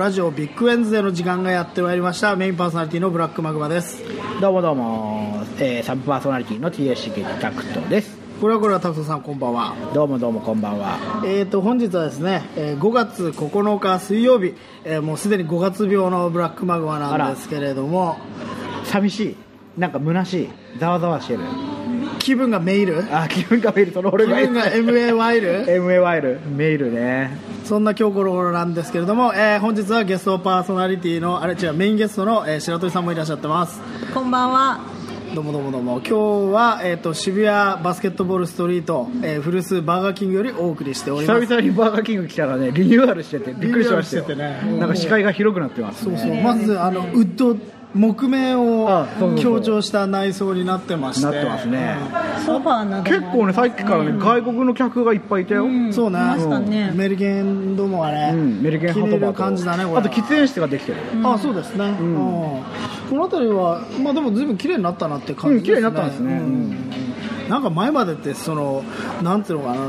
ラジオビッグウェンズデーの時間がやってまいりました。メインパーソナリティのブラックマグマです。 どうもどうも、サブパーソナリティの TS シゲタクトです。 これはタクトさん、こんばんは。 どうもどうもこんばんは。 本日はですね、5月9日水曜日、もうすでに5月病のブラックマグマなんですけれども、 寂しい、なんか虚しい、ざわざわしてる、 気分がメール、 気分がメール、その俺が気分が MA ワイル MA ワイルメールね。 そんな今日この頃なんですけれども、本日はゲストパーソナリティのメインゲストの、白鳥さんもいらっしゃってます。 こんばんは。 どうも。今日は、渋谷バスケットボールストリート、古巣バーガーキングよりお送りしております。 久々にバーガーキング来たらね、リニューアルしててびっくりしましたよ。なんか視界が広くなってますね。 そうまずウッド木目を強調した内装になってまして、 なってますね。 ソファーなど結構ね、さっきからね、外国の客がいっぱいいたよ。 そうね、 ましたね。 メリケンドもあれ、 メリケンハトバー感じだね。これあと喫煙室ができてる。 そうですね。この辺りはでも随分綺麗になったなって感じですね。 綺麗になったんですね。 なんか前までってなんていうのかな、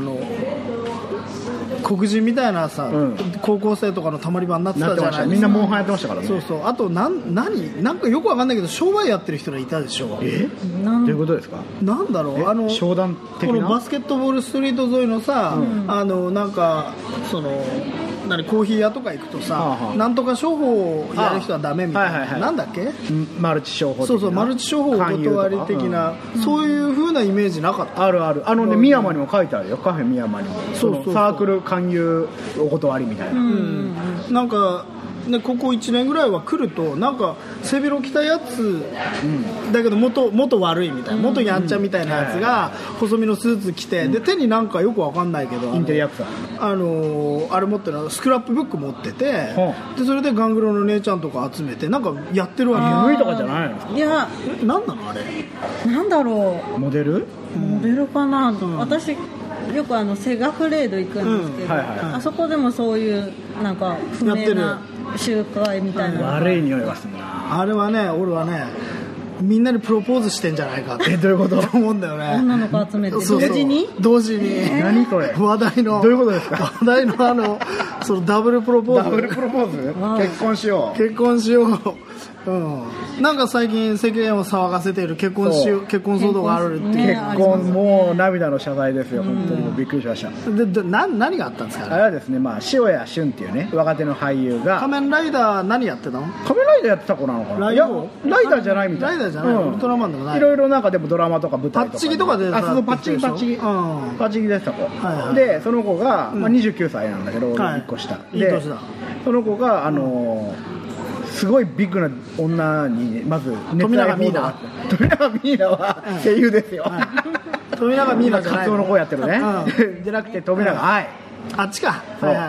黒人みたいなさ、高校生とかのたまり場になってたじゃないですか。 みんなモンハンやってましたからね。 そうあとなんかよくわかんないけど商売やってる人がいたでしょ。 どういうことですか。 なんだろう、 商談的なこのバスケットボールストリート沿いのさ、なんかコーヒー屋とか行くとさ、なんとか商法をやる人はダメみたいな、なんだっけ、 マルチ商法的な。 そうマルチ商法お断り的な、そういう風なイメージなかった。 ある深山にも書いてあるよ。カフェ深山にもそうサークル勧誘お断りみたいな。 なんかね、ここ1年ぐらいは来るとなんか背広着たやつ、だけど元悪いみたいな、元やんちゃみたいなやつが細身のスーツ着て、で手になんかよくわかんないけどインテリアクターあれ持ってるスクラップブック持ってて、でそれでガングロの姉ちゃんとか集めてなんかやってるわけ。 無理とかじゃないの。 いや、 なんなのあれ。 なんだろう、 モデルかな、私よくセガフレード行くんですけど、あそこでもそういうなんか不明な集会みたいな、 悪い匂いがするな。 あれはね、俺はね、みんなにプロポーズしてんじゃないかってどういうこと思うんだよね。 女の子集めて同時に何それ。 話題のどういうことですか。 話題のそのダブルプロポーズ。 ダブルプロポーズ。結婚しよう。なんか最近世間を騒がせている結婚騒動があるっていう。 結婚もう涙の謝罪ですよ。本当にもうびっくりしました。 で何があったんですか。 あれはですね、塩谷俊っていうね若手の俳優が。 仮面ライダー何やってたの。 仮面ライダーやってた子なのかな。いやライダーじゃないみたい。 ライダーじゃない。ウルトラマンでもない。 いろいろなんかでもドラマとか舞台とか。 パッチギとかで。 パッチギでした子。でその子が29歳なんだけど1個下。でその子がすごいビッグな女にまず富永ミーナは声優ですよ。 富永ミーナじゃないカツオの子やってるね。じゃなくて富永愛。 あっちか。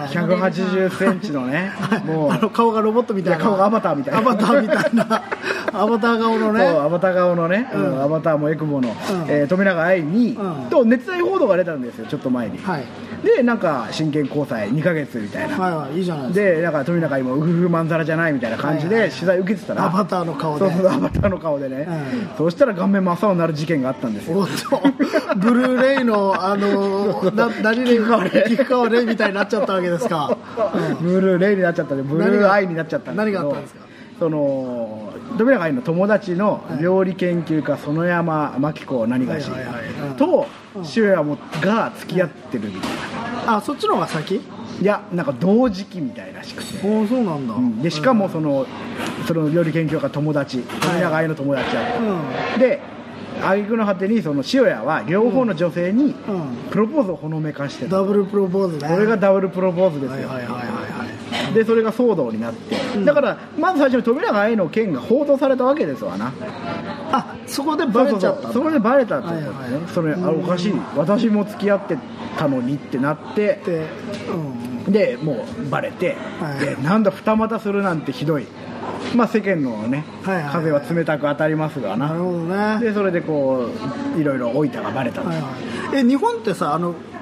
180センチのね、もう顔がロボットみたいな。 顔がアバターみたいな。 アバター顔のね。 アバター顔のね、アバターもエクボの富永愛にと熱愛報道が出たんですよ、ちょっと前に。でなんか真剣交際2ヶ月みたいな。 いいじゃないですか。 でなんか富永愛もウフフまんざらじゃないみたいな感じで取材受けてたら、 アバターの顔で。 そうアバターの顔でね。そうしたら顔面真っ青になる事件があったんですよ。 ブルーレイの何レイ菊川レイみたいになっちゃったわけですか。 ブルーレイになっちゃったんで、ブルーアイになっちゃったんですけど。 何があったんですか。 富永愛の友達の料理研究家園山真紀子何がしと塩谷が付き合ってるみたいな。 そっちの方が先。いやなんか同時期みたいらしくて。 そうなんだ。 でしかもその料理研究家友達、富永愛の友達やって、で挙句の果てにその塩谷は両方の女性にプロポーズをほのめかしてた。 ダブルプロポーズね。 これがダブルプロポーズですよ。でそれが騒動になって、だからまず最初に富永愛の件が報道されたわけですわな。 そこでバレちゃった。 そこでバレたってことね。それおかしい、私も付き合ってたのにってなって、でもうバレて、でなんだ二股するなんてひどい。世間のね、風は冷たく当たりますがな。 なるほどね。 でそれでこういろいろ老いたがバレた。 日本ってさ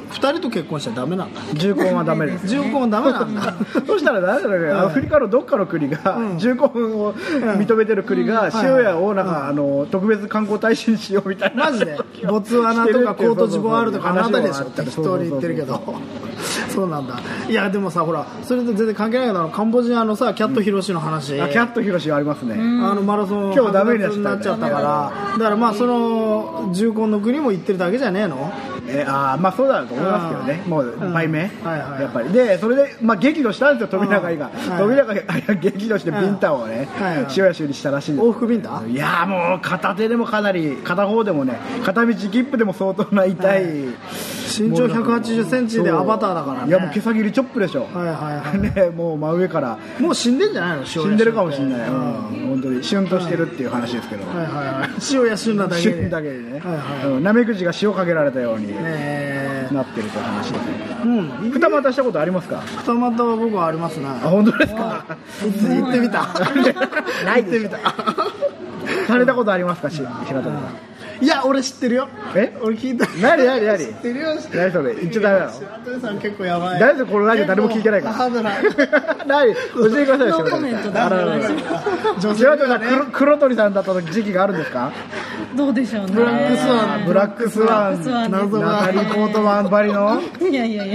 2人と結婚しちゃダメなんだ。 重婚はダメです。 重婚はダメなんだ。 そしたら誰だろうね、アフリカのどっかの国が重婚を認めてる国が塩屋をなんか特別観光大使にしようみたいな。 マジでボツワナとかコートジボワールとかあなたでしょって一人言ってるけど。そうなんだ。いやでもさ、ほらそれと全然関係ないけど、カンボジアのさキャットヒロシの話、 キャットヒロシありますね。 マラソン今日ダメになっちゃったから、だからまあその重婚の国も行ってるだけじゃねえの。 まあそうだと思いますけどね。もう売名やっぱりで、それでまあ激怒したんですよ、富永が。富永が激怒してビンタをね塩屋州にしたらしいんです。 往復ビンタ。 いやもう片手でもかなり、片方でもね、片道切符でも相当な痛い。 身長180センチでアバターだからね。 いやもう毛先切りチョップでしょ。ね、もう真上から。 もう死んでんじゃないの。 死んでるかもしれない。本当にシュンとしてるっていう話ですけど。 塩や旬なだけで。 旬だけでね。なめくじが塩かけられたようになってるという話ですね。二股したことありますか。 二股は僕はありますな。 本当ですか。 行ってみた。 ないってみた。されたことありますか、白鳥さん。 いや俺知ってるよ。俺聞いた。 何知ってるよ。 何それ言っちゃダメなの。 白鳥さん結構やばい。 誰でこのラジオ誰も聞いてないから。何教えてくださいよ。 ノーコメントだ。 白鳥さん黒鳥さんだった時期があるんですか。 どうでしょうね。 ブラックスワン謎がナタリー・ポートマンばりの。 い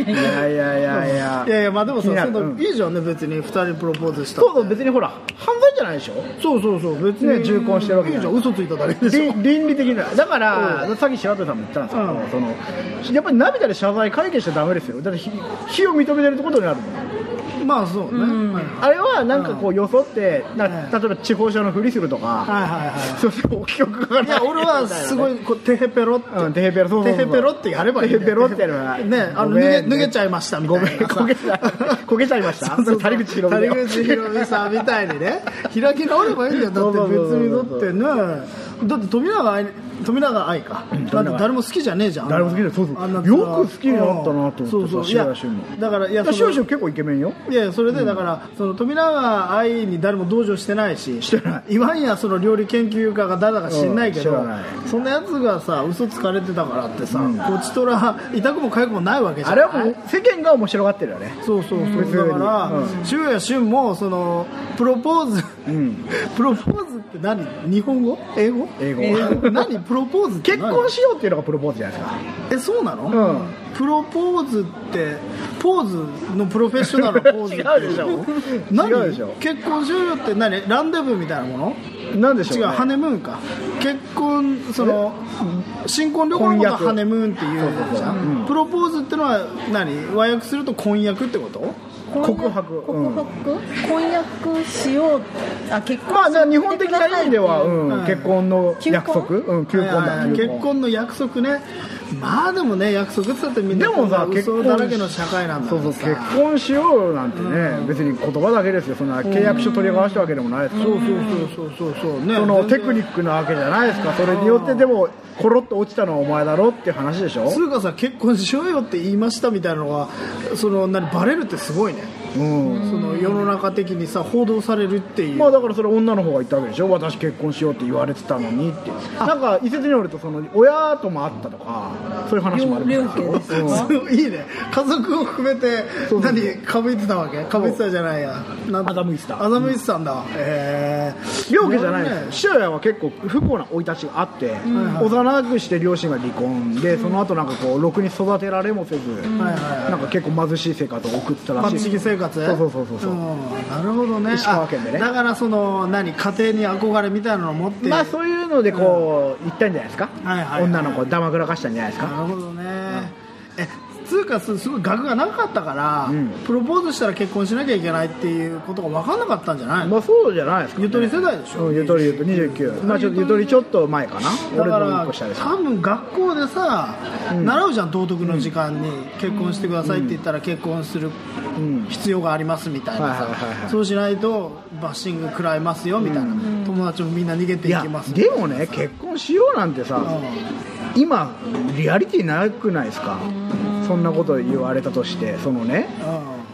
やまあでもさ、いいじゃんね、別に2人プロポーズした。 そう別にほら犯罪じゃないでしょ。 そう別に重婚してるわけじゃん。嘘ついただけでしょ。 倫理的な。だからさっき白鳥さんも言ったんですけど、やっぱり涙で謝罪会見しちゃダメですよ。だって非を認めてるってことになるもん。 まあそうね。 あれはなんかこうよそって例えば地方署のふりするとか、そういう記憶がない。 いや俺はすごいテヘペロってテヘペロってやればいい。 テヘペロってやればね、 脱げちゃいましたみたいな。 焦げちゃいました。谷口博美さんみたいにね、開き直ればいいんだよ。だって別にだってね、だって富永愛か。だって誰も好きじゃねえじゃん。 誰も好きじゃない。よく好きになったなと思って。 いやだから塩結構イケメンよ。 いやそれでだからその富永愛に誰も同情してないし、今やその料理研究家が誰だか知んないけど、そんなやつがさ嘘つかれてたからってさ、こっちとら痛くも痒くもないわけじゃん。 あれはもう世間が面白がってるよね。 そうだから塩谷俊もそのプロポーズって何、日本語英語何プロポーズって結婚しようっていうのがプロポーズじゃないですか。 そうなの。プロポーズってポーズのプロフェッショナルのポーズ違うでしょ。 違うでしょ。結婚しようよって何、ランデブーみたいなものなんでしょう、 違う、ハネムーンか。結婚その新婚旅行のことはハネムーンっていうじゃん。プロポーズってのは何、和訳すると婚約ってこと。 告白婚約しよう、結婚。 まあ日本的な意味では結婚の約束、 結婚の約束ね。まあでもね、約束って言ってみんな嘘だらけの社会なんだからさ。 結婚しようなんてね、別に言葉だけですよ。そんな契約書取り交わしたわけでもないです。 そうね。 そのテクニックなわけじゃないですか。それによってでもコロッと落ちたのはお前だろっていう話でしょ。 つうかさ、結婚しようよって言いましたみたいなのがそのバレるってすごいね。その世の中的にさ報道されるっていう。 まあだからそれ女の方が言ったわけでしょ。私結婚しようって言われてたのにって。なんか一説によるとその親とも会ったとかそういう話もあるんですよ。 いいね。家族を含めてかぶいてたわけ。かぶいてたじゃないや。 アザムイスタんだ。 両家じゃないです。父親は結構不幸な生い立ちがあって、幼くして両親が離婚で、その後なんかこうろくに育てられもせず、なんか結構貧しい生活を送ってたらしい。 貧しい生活。 そうなるほどね。 石川県でね。 だからその家庭に憧れみたいなのを持って、 まあそういうのでこう言ったんじゃないですか。女の子をだまくらかしたんじゃないですか。 なるほどね。つうかすごい額がなかったから、プロポーズしたら結婚しなきゃいけないっていうことが分かんなかったんじゃないの。 まあそうじゃないですか、 ゆとり世代でしょ。 ゆとり29、まあちょっとゆとりちょっと前かな。 だから多分学校でさ、習うじゃん、道徳の時間に結婚してくださいって言ったら結婚する必要がありますみたいなさ、そうしないとバッシング食らいますよみたいな、友達もみんな逃げていきます。 でもね、結婚しようなんてさ、今リアリティなくないですか。そんなこと言われたとして、そのね、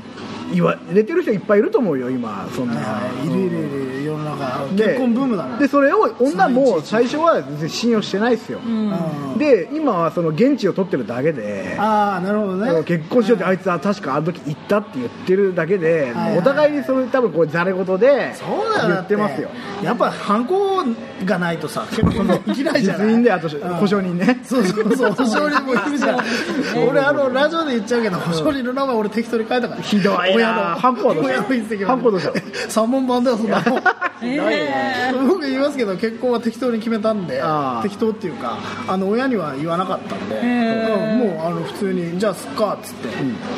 言われてる人いっぱいいると思うよ今そんな、 いる世の中結婚ブームだね。 でそれを女も最初は全然信用してないですよ、で今はその現地を取ってるだけで、 なるほどね、 結婚しようってあいつは確かあの時言ったって言ってるだけで、お互いにそれ多分こうざれ言で言ってますよ。 やっぱ反抗がないとさ結婚できないじゃない。 実印であと保証人ね。 そう保証人もいるじゃん。俺ラジオで言っちゃうけど保証人の名前俺適当に書いたから。 ひどいな。反抗どうした 3本番だよそんなの。僕言いますけど結婚は適当に決めたんで、適当っていうか親には言わなかったんで、もう普通にじゃあすっかっつって、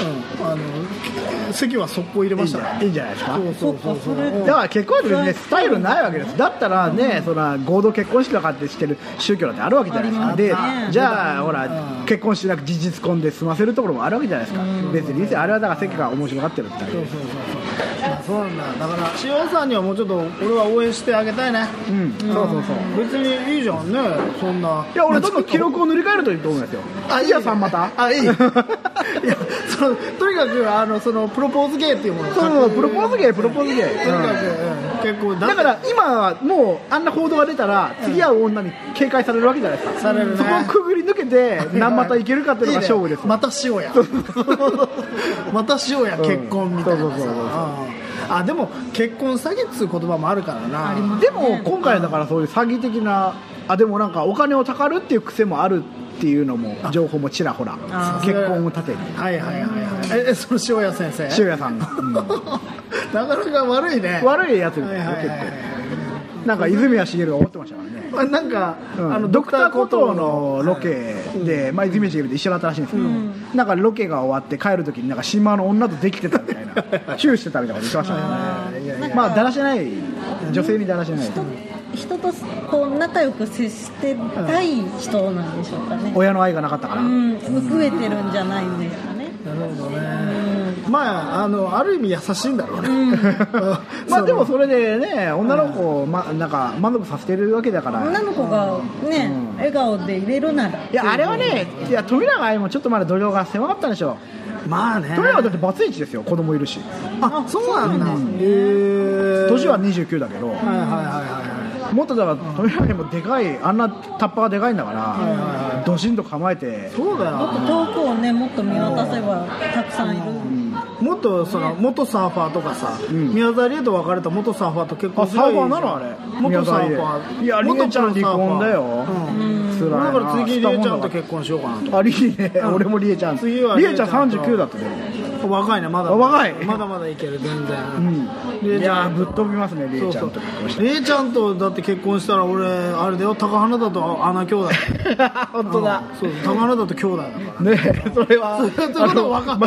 席は速攻入れましたから。 いいんじゃないですか。 そうだから結婚ってねスタイルないわけです。だったらねその合同結婚式とかってしてる宗教だってあるわけじゃないですか。でじゃあほら結婚しなく事実婚で済ませるところもあるわけじゃないですか。別にあれはだから席が面白がってるってだけで。 そうなんだ。だから塩さんにはもうちょっと俺は応援してあげたいね。そう別にいいじゃんねそんな。 いや俺どんどん記録を塗り替えるといいと思うんですよ。いやさんまたいい。いやとにかくそのプロポーズ芸っていうもの。 そうプロポーズ芸とにかく結構だから今はもうあんな報道が出たら次会う女に警戒されるわけじゃないですか。 されるね。 そこをくぐり抜けて何股いけるかっていうのが勝負です。 またしようや。またしようや結婚みたいな。でも結婚詐欺っつう言葉もあるからな。 でも今回だからそういう詐欺的なでもなんかお金をたかるっていう癖もあるっていうのも情報もちらほら結婚を盾に。その塩谷先生塩谷さんが、 なかなか悪いね。 悪いやつですよ結構。なんか泉谷しげるが思ってましたからね。 なんかドクターコトーのロケで泉谷しげると一緒だったらしいんですけど、なんかロケが終わって帰る時になんか島の女とできてたみたいなチューしてたみたいなこと言ってましたね。まあだらしない女性にだらしない人とこう仲良く接してたい人なんでしょうかね。 親の愛がなかったから増えてるんじゃないんですかね。 なるほどね。ある意味優しいんだろうね。 でもそれでね女の子をなんか満足させてるわけだから。 女の子がね笑顔で入れるなら。 いやあれはね富永愛もちょっとまだ土壌が狭かったんでしょ。 まあね。 富永だってバツイチですよ。子供いるし。 そうなんだ。 年は29だけど。もっとだから富永愛もでかいあんなタッパーがでかいんだからドシンと構えて。 そうだよ。 もっと遠くをねもっと見渡せばたくさんいる。 もっと元サーファーとかさ、宮沢りえと別れた元サーファーと結婚すサーファーなのあれ。 元サーファー。 いやりえちゃん離婚だよ。 だから次りえちゃんと結婚しようかなと。 俺もりえちゃん。りえちゃん39だってね。 若いねまだ若い。 まだまだいける全然。 いやぶっ飛びますねりえちゃんと。 りえちゃんとだって結婚したら俺あれだよ高花田と穴兄弟。 本当だ。 そう高花田と兄弟だからね。それは分かる。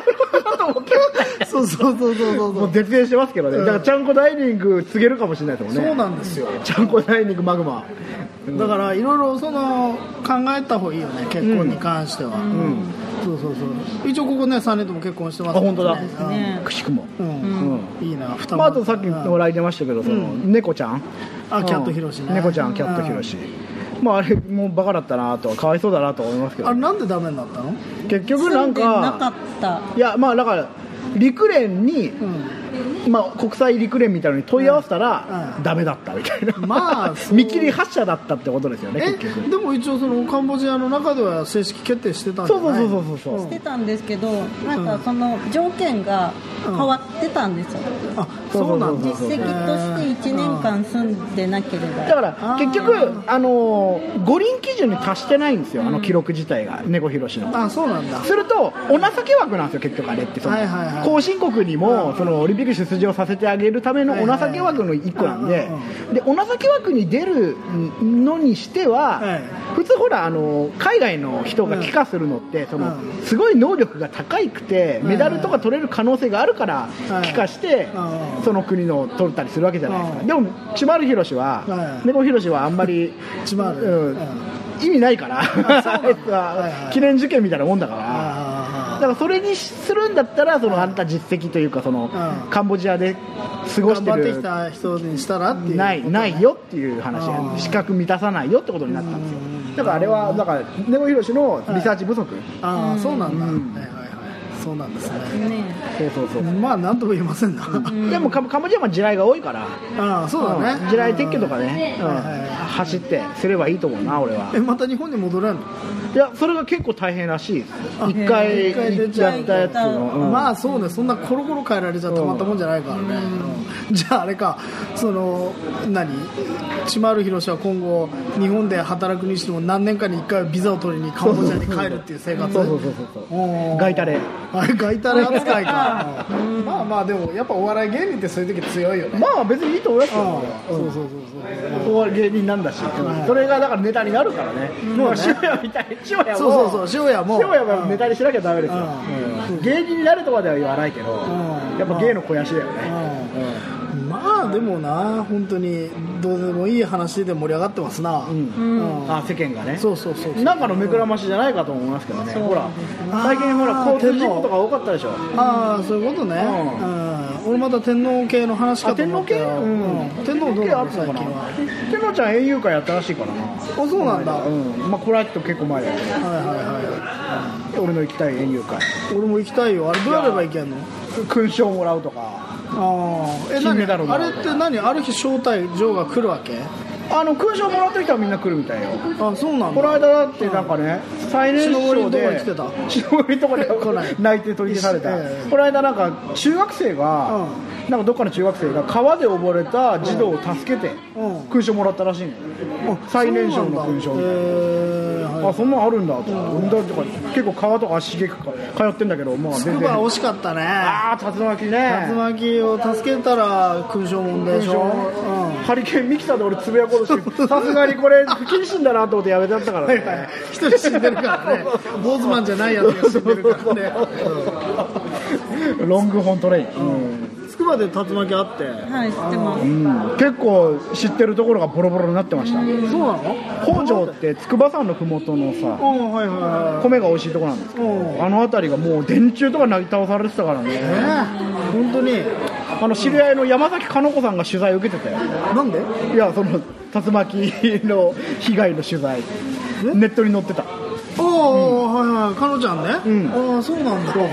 そうもう絶縁してますけどね。だからちゃんこダイニング告げるかもしれないですもんね。 そうなんですよ。 ちゃんこダイニングマグマ。 だからいろいろ考えた方がいいよね結婚に関しては。そう一応ここね3人とも結婚してます。 本当だ。くしくも。 いいな。 あとさっきの笑い出ましたけど猫ちゃん。 キャットヒロシね。 猫ちゃんキャットヒロシ。あれもうバカだったなとかわいそうだなと思いますけど。 あれなんでダメになったの？ 結局なんかいやだから陸連に国際陸連みたいなのに問い合わせたらダメだったみたいな。見切り発車だったってことですよね結局。 でも一応カンボジアの中では正式決定してたんじゃない？ そうしてたんですけどなんかその条件が変わってたんですよ。 そうなんだ。 実績として1年間住んでなければ。 だから結局五輪基準に達してないんですよ記録自体が猫ひろしの。 そうなんだ。 するとお情け枠なんですよ結局あれって。後進国にもオリンピック出場させてあげるためのお情け枠の一個なんでお情け枠に出るのにしては普通ほら海外の人が帰化するのってすごい能力が高くてメダルとか取れる可能性があるから帰化してその国の取ったりするわけじゃないですか。でも千丸ひろしは猫ひろしはあんまり意味ないから記念受験みたいなもんだから。だからそれにするんだったらあんた実績というかカンボジアで過ごしてる頑張ってきた人にしたらっていうないよっていう話で資格満たさないよってことになったんですよ。だからあれは猫ひろしのリサーチ不足。 そうなんだ。 そうなんですね。 そうまあなんとも言えませんな。 でもカンボジアは地雷が多いから、 そうだね。 地雷撤去とかね、走ってすればいいと思うな、俺は。 また日本に戻れるの？ いや、それが結構大変らしい。一回やったやつの。 まあそうね、そんなコロコロ変えられちゃたまったもんじゃないからね。じゃああれか、千丸博は今後日本で働くにしても何年かに1回ビザを取りにカンボジアに帰るっていう生活。 そうガイタレ扱いか。まあまあでもやっぱお笑い芸人ってそういう時強いよね。 まあ別にいいと思いますよ。お笑い芸人なんだし、それがだからネタになるからね。もう塩屋みたいに塩屋もネタにしなきゃダメですよ。芸人になるとまでは言わないけど、やっぱ芸の肥やしだよね。 まあでもな、本当にどうでもいい話で盛り上がってますな。 世間がね。 そうなんかの目くらましじゃないかと思いますけどね。ほら最近ほら交通事故とか多かったでしょ。 そういうことね。俺また天皇系の話かと思ったよ。天皇どうなの最近は。 天皇ちゃん園遊会やったらしいからな。 そうなんだ。 まあこれは結構前だけど。俺の行きたい園遊会。 俺も行きたいよ。あれどうやればいけんの？ 勲章もらうとか。金メダルもあれって何？ある日招待状が来るわけ？ 勲章もらった人はみんな来るみたいよ。 そうなんだ。 この間だってなんかね、最年少で篠森とかで内定取り消された。この間なんか中学生がなんかどっかの中学生が川で溺れた児童を助けて勲章もらったらしいの。最年少の勲章みたいな。そんなのあるんだと。結構川とか足しげく通ってんだけど、まあ全然。 つくば惜しかったね。 竜巻ね。 竜巻を助けたら勲章もんでしょ。 ハリケーンミキサーで俺つぶやこうとしてさすがにこれ不謹慎だなと思ってやめちゃったからね。 一人死んでるからね。ボーズマンじゃないやつが死んでるからね。 ロングホントレイン。 つくばで竜巻あって。 はい、知ってます。 結構知ってるところがボロボロになってました。 そうなの？ 北条って筑波山のふもとのさ、米が美味しいところなんですけど、あの辺りがもう電柱とかなぎ倒されてたからね。 本当に。 知り合いの山崎かの子さんが取材を受けてたよ。 なんで？ いや、その竜巻の被害の取材ネットに載ってた。 かのちゃんね。そうなんだ。 そう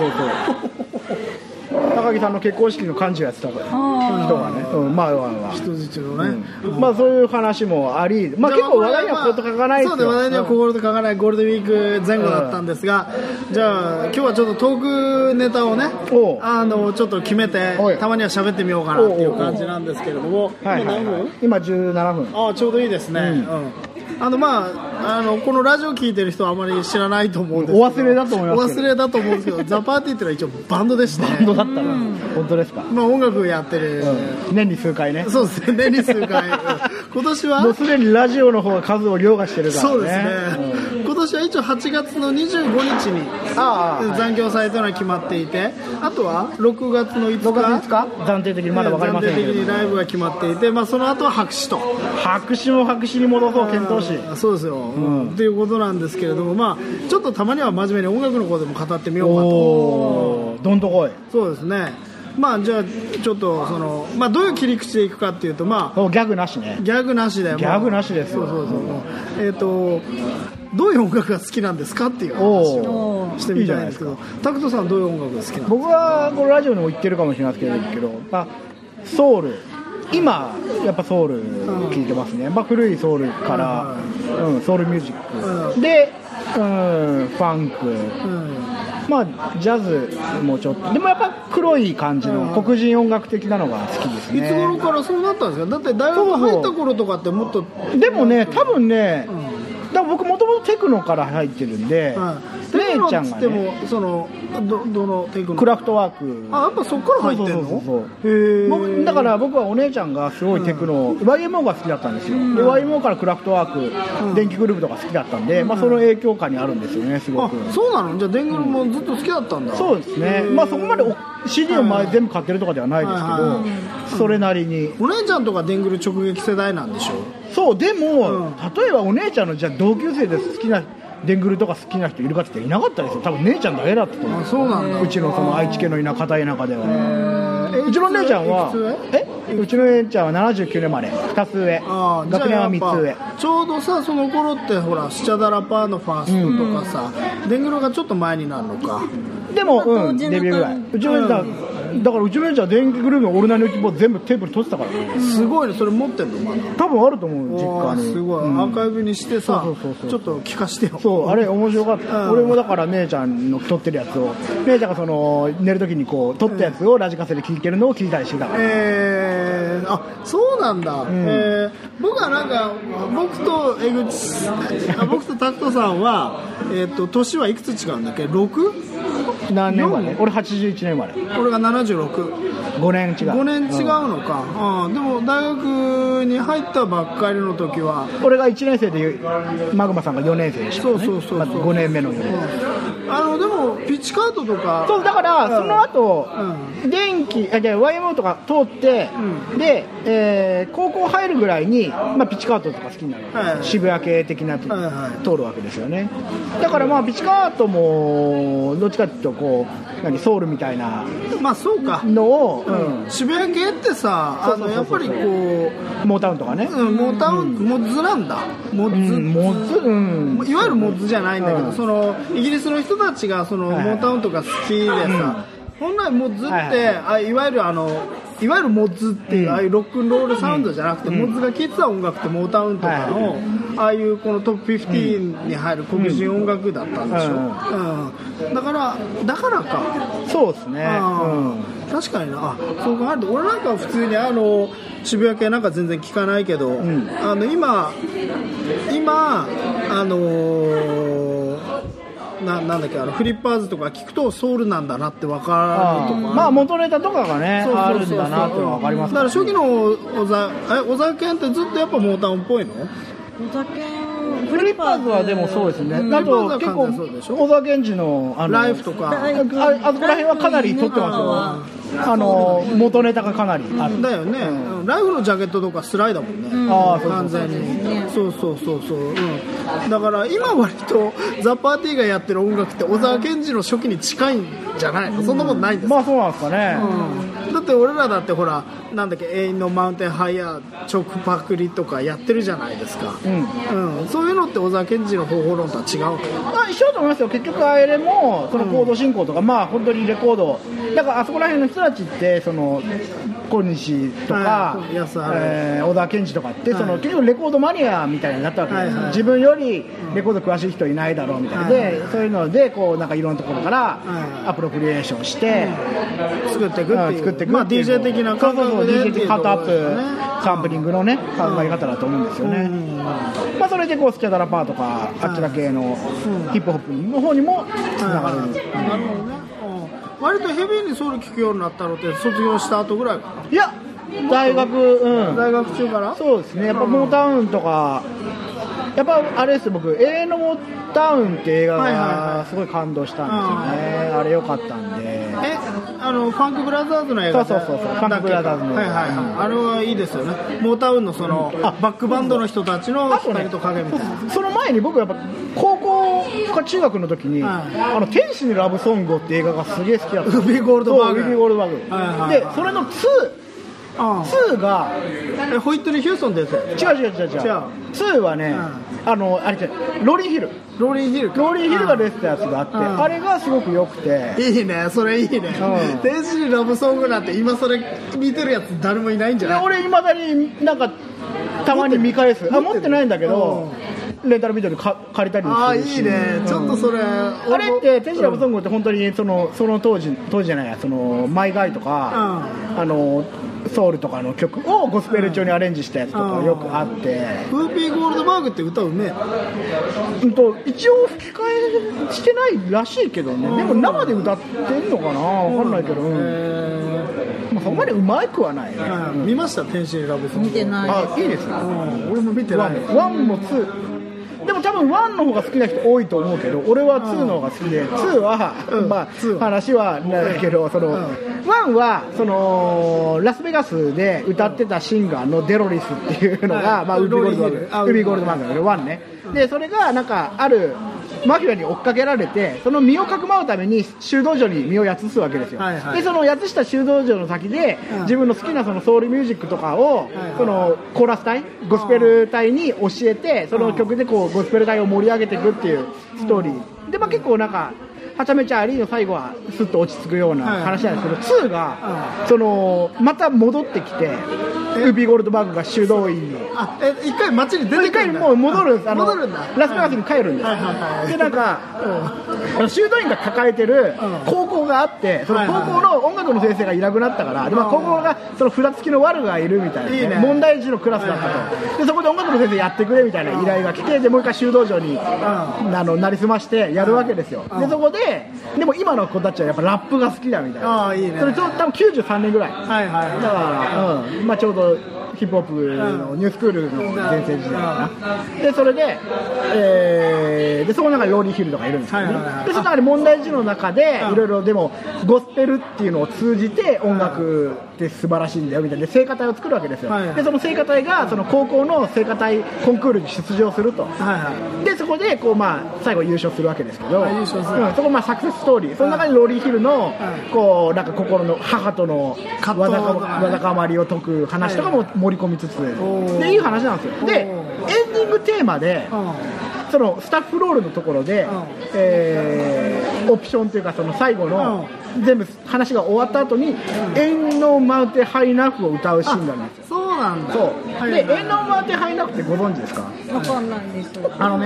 高木さんの結婚式の幹事をやってたから人がね、 人質のね、 まあそういう話もあり、まあ結構話題には心と書かない。 そうで話題には心と書かないゴールデンウィーク前後だったんですが、じゃあ今日はちょっとトークネタをね、ちょっと決めてたまには喋ってみようかなっていう感じなんですけれども、今 17分。 ちょうどいいですね。このラジオ聞いてる人はあまり知らないと思うんですけど、 お忘れだと思いますけど、 お忘れだと思うんですけどザ・パーティーっていうのは一応バンドでして、 バンドだったら、本当ですか。 音楽やってる、 年に数回ね。 そうですね、年に数回。今年はもうすでにラジオの方が数を凌駕してるからね。 そうですね。今年は一応8月の25日に残業されたのが決まっていて、あとは6月の5日暫定的にまだ分かりませんけど、 暫定的にライブが決まっていて、その後は白紙と白紙も白紙に戻そう検討し、 そうですよ、っていうことなんですけれども、ちょっとたまには真面目に音楽のことでも語ってみようかと。 どんとこい。 そうですね。じゃあちょっとどういう切り口でいくかっていうと、ギャグなしね。 ギャグなしで。 ギャグなしですよ。 どういう音楽が好きなんですかっていう話をしてみたいんですけど、タクトさんどういう音楽が好きなんですか？ 僕はこのラジオにも言ってるかもしれないですけど、ソウル、今やっぱソウル聴いてますね。古いソウルから、ソウルミュージック、で、ファンク、ジャズもちょっと、でもやっぱ黒い感じの黒人音楽的なのが好きですね。 いつ頃からそうなったんですか？だって大学入った頃とかってもっと。 でもね、多分ね、だから僕もともとテクノから入ってるんで、姉ちゃんがね、 どのテクノ？ クラフトワーク。 やっぱそこから入ってんの？ だから僕はお姉ちゃんがすごいテクノ、YMO が好きだったんですよ。で YMO からクラフトワーク、電気グループとか好きだったんで、その影響下にあるんですよね、すごく。 そうなの？じゃあ電気グループもずっと好きだったんだ。 そうですね。そこまでCD を全部買ってるとかではないですけど、それなりに。 お姉ちゃんとかデングル直撃世代なんでしょ？ そう、でも、例えばお姉ちゃんのじゃあ同級生で好きなデングルとか好きな人いるかって言っていなかったですよ。多分姉ちゃんだけだったと思う。 そうなんだ。 うちのその愛知県の片田舎では。うちの姉ちゃんはうちの姉ちゃんは79年生まれ、2つ上、学年は3つ上。 ちょうどさ、その頃ってほらスチャダラパーのファーストとかさ、デングルがちょっと前になるのか。 でもデビューぐらい。うちの姉ちゃんだからうちの姉ちゃんデングルのオールナイトニッポン全部テープに取ってたからね。 すごいね。それ持ってんのまだ。 多分あると思う、実家に。 すごい、アーカイブにしてさ、ちょっと聞かしてよ。 そう、あれ面白かった。俺もだから姉ちゃんの撮ってるやつを、姉ちゃんがその寝る時にこう撮ったやつをラジカセで聞いてるのを聞いたりしてたから。 あ、そうなんだ。僕はなんか僕と僕とタクトさんは年はいくつ違うんだっけ？6？ 何年生まれ？俺81年生まれ。 俺が76。 5年違う。 5年違うのか。でも大学に入ったばっかりの時は俺が1年生でマグマさんが4年生でしたね。 そう 5年目の4年。 でもピッチカートとか。 そうだからその後電気YMO とか通ってで高校入るぐらいにピッチカートとか好きになる。渋谷系的な通るわけですよね。だからピッチカートもどっちかっていうとこうソウルみたいなそうかのを渋谷系ってさやっぱりこうモータウンとかね。 モータウンモッズなんだ。モッズいわゆるモッズじゃないんだけどそのイギリスの人たちがそのモータウンとか好きでさ本来モッズっていわゆるモッズっていうああいうロックンロールサウンドじゃなくてモッズが聴いてた音楽ってモータウンとかのああいうこのトップ50に入る黒人音楽だったんでしょ。だからか。 そうですね。 確かにな。そう考えると俺なんか普通に渋谷系なんか全然聞かないけど今なんだっけフリッパーズとか聞くとソウルなんだなって分かるとか元ネタとかがねあるんだなって分かります。 だから初期の小沢健ってずっとやっぱモータウンっぽいの？ 小沢健フリッパーズはでもそうですね。あと結構小沢健二のライフとかあそこら辺はかなり撮ってますよ。元ネタがかなりある。 だよね。ライフのジャケットとかスライだもんね。完全に。そう。だから今割とザ・パーティーがやってる音楽って小沢健二の初期に近いんじゃないの？そんなことないんですか？ そうなんですかね。 だって俺らだってほらなんだっけ永遠のマウンテンハイヤーチョクパクリとかやってるじゃないですか。そういうのって小沢健二の方法論とは違うの？ 一緒だと思いますよ。結局あれもそのコード進行とか本当にレコードだからあそこら辺の人たちってその小西とか小田健二とかってその結局レコードマニアみたいになったわけです。自分よりレコード詳しい人いないだろうみたいでそういうのでこうなんかいろんなところからアプロプリエーションして作っていくっていう。DJ 的な感覚で DJ 的カットアップサンプリングのね考え方だと思うんですよね。それでこうスキャダラパーとかあっちら系のヒップホップの方にもつながる。 なるほどね。割とヘビーにソウル聴くようになったのって卒業した後ぐらいかな？ いや大学中からそうですね。やっぱモータウンとかやっぱあれですよ。僕永遠のモータウンって映画がすごい感動したんですよね。あれ良かったんで。 ファンクブラザーズの映画そうファンクブラザーズの映画あれはいいですよね。モータウンのそのバックバンドの人たちの光と影みたいな。 その前に僕やっぱ高校か中学の時に天使にラブソングって映画がすげえ好きだった。 ウビーゴールドバーグでそれの2がホイットニー・ヒューストンですよ。 違う2はねあれじゃローリーヒルが出てたやつがあってあれがすごく良くていいね。それいいね。天使にラブソングなんて今それ見てるやつ誰もいないんじゃない？ 俺未だになんかたまに見返す。持ってないんだけどレンタルビデオで借りたりもするし。 いいね。ちょっとそれあれって天使ラブソングって本当にその当時じゃないやそのマイガイとかソウルとかの曲をゴスペル調にアレンジしたやつとかよくあってウーピーゴールドバーグって歌うめえ。 一応吹き替えしてないらしいけどね。でも生で歌ってんのかな分かんないけどそこまでうまくはないね。 見ました天使にラブソング？ 見てない。 いいですよ。 俺も見てない。 1も2でも多分1の方が好きな人多いと思うけど俺は2の方が好きで2は話はないけど1はそのラスベガスで歌ってたシンガーのデロリスっていうのがウビーゴールドバーグ1ね。でそれがなんかあるマフィアに追っかけられて、その身をかくまうために修道場に身をやつすわけですよ、でそのやつした修道場の先で、自分の好きなそのソウルミュージックとかを、そのコーラス隊、ゴスペル隊に教えて、その曲でこうゴスペル隊を盛り上げていくっていうストーリーで、まあ、結構なんかはちゃめちゃありの最後はスッと落ち着くような話なんですけど、2がそのまた戻ってきて、ウーピー・ゴールドバーグが修道院に一回街に出てくるんだ、 もう戻るんです、 戻るんだ、 ラスベガスに帰るんです、でなんか、修道院が抱えてる高校があって、その高校の音楽の先生がいなくなったから、でまあ、高校がそのふらつきのワルがいるみたいな、ね、問題児のクラスだったと、でそこで音楽の先生やってくれみたいな依頼が来て、でもう一回修道場になりすましてやるわけですよ、でそこでも今の子たちはやっぱラップが好きだみたいな、それ多分93年ぐらい、だから、まあ、ちょうどヒップホップのニュースクールの全盛時代かな、でそれで、でそこの中にローリー・ヒルとかいるんですけどね、でその中で問題児の中でいろいろでもゴスペルっていうのを通じて音楽って素晴らしいんだよみたいな聖歌隊を作るわけですよ、でその聖歌隊がその高校の聖歌隊コンクールに出場すると、でそこでこう、まあ、最後優勝するわけですけど、そこまあサクセスストーリー、その中にローリー・ヒルのこうなんか心の母とのわだかまりを解く話とかも盛り込みつつでいい話なんですよ。でエンディングテーマでそのスタッフロールのところで、オプションというかその最後の全部話が終わった後に「エンノーマウテハイナフ」を歌うシーンがあるんですよ。 そうなんだ。 そうで、エンノーマウテハイナフってご存知ですか？ わかんないです。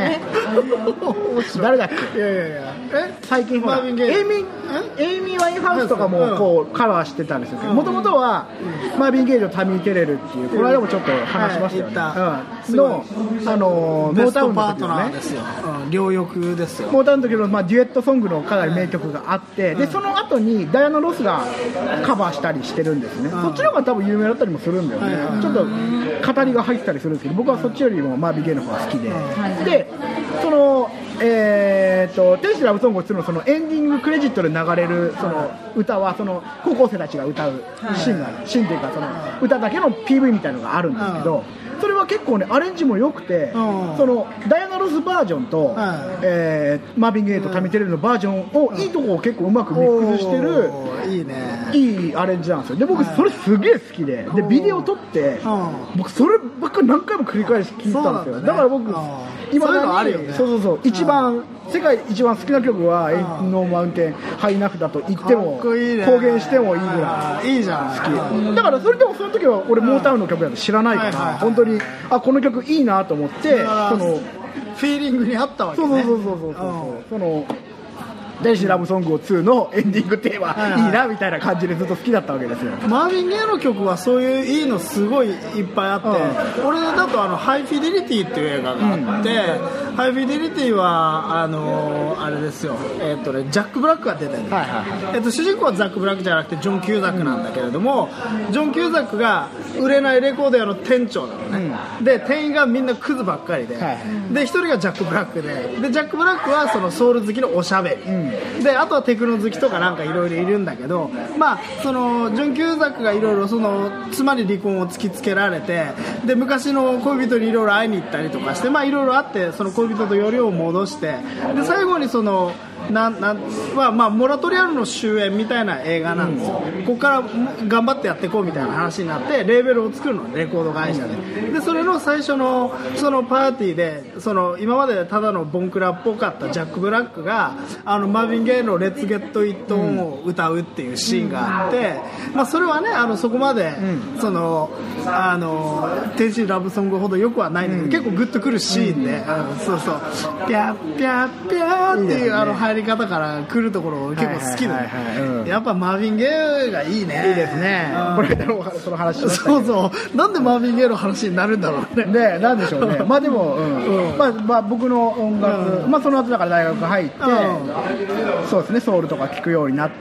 誰だっけ？ いや最近ほらエイミー・ワインハウスとかもこうカバーしてたんですよ。もともとはマービン・ゲイジのタミー・テレルっていう、この間もちょっと話しましたよね、のベストパートナーですよ、両翼ですよ。 モータウンの時の、まあ、デュエットソングのかなり名曲があって、でその後にダイアナ・ロスがカバーしたりしてるんですね、そっちの方が多分有名だったりもするんだよね、ちょっと語りが入ってたりするんですけど、僕はそっちよりもマービン・ゲイの方が好きで、でその天使ラブソングをするのそのエンディングクレジットで流れるその歌はその高校生たちが歌うシーンがある、シーンというかその歌だけの PV みたいなのがあるんですけど、それは結構ねアレンジも良くて、そのダイアナ・ロスバージョンと、マービン・ゲイとタミー・テレルのバージョンをいいとこを結構うまくミックスしてるいいアレンジなんですよ。で僕それすげえ好きで、ビデオ撮って僕そればっかり何回も繰り返し聞いたんですよ。だから僕今だにそう一番世界一番好きな曲はエンノーマウンテンハイナフだと言っても公言してもいいぐらいいいじゃん好きだから、それでもその時は俺モータウンの曲だと知らないから、本当にこの曲いいなと思って、そのフィーリングにあったわけね。 その天使ラブソング2のエンディングテーマいいなみたいな感じでずっと好きだったわけですよ。 マーヴィン・ゲイの曲はそういういいのすごいいっぱいあって、俺だとハイフィデリティっていう映画があって、ハイフィデリティはあれですよ、ジャック・ブラックが出てる、主人公はザック・ブラックじゃなくてジョン・キューザックなんだけれども、ジョン・キューザックが売れないレコード屋の店長なのね、で店員がみんなクズばっかりで、で一人がジャック・ブラックでジャック・ブラックはそのソウル好きのおしゃべり、であとはテクノ好きとかなんかいろいろいるんだけど、まあそのジョン・キューザックがいろいろその妻に離婚を突きつけられて、で昔の恋人にいろいろ会いに行ったりとかして、まあいろいろあって、その恋人とよりを戻して、で最後にそのまあモラトリアルの終焉みたいな映画なんですよ。ここから頑張ってやっていこうみたいな話になって、レーベルを作るの、レコード会社でそれの最初のそのパーティーで、その今までただのボンクラっぽかったジャック・ブラックがマーヴィン・ゲイのレッツ・ゲット・イット・オンを歌うっていうシーンがあって、まあそれはねそこまでその天使ラブソングほどよくはないんだけど、結構グッとくるシーンで、そうそうピャッピャッピャーっていう入り方から来るところ結構好きで、やっぱマーヴィン・ゲイがいいね。 いいですね。これでもその話しましたけど、 そうなんでマーヴィン・ゲイの話になるんだろうね。 ね、なんでしょうね。まあでも、まあ僕の音楽、まあその後だから大学入って、そうですね、ソウルとか聴くようになって、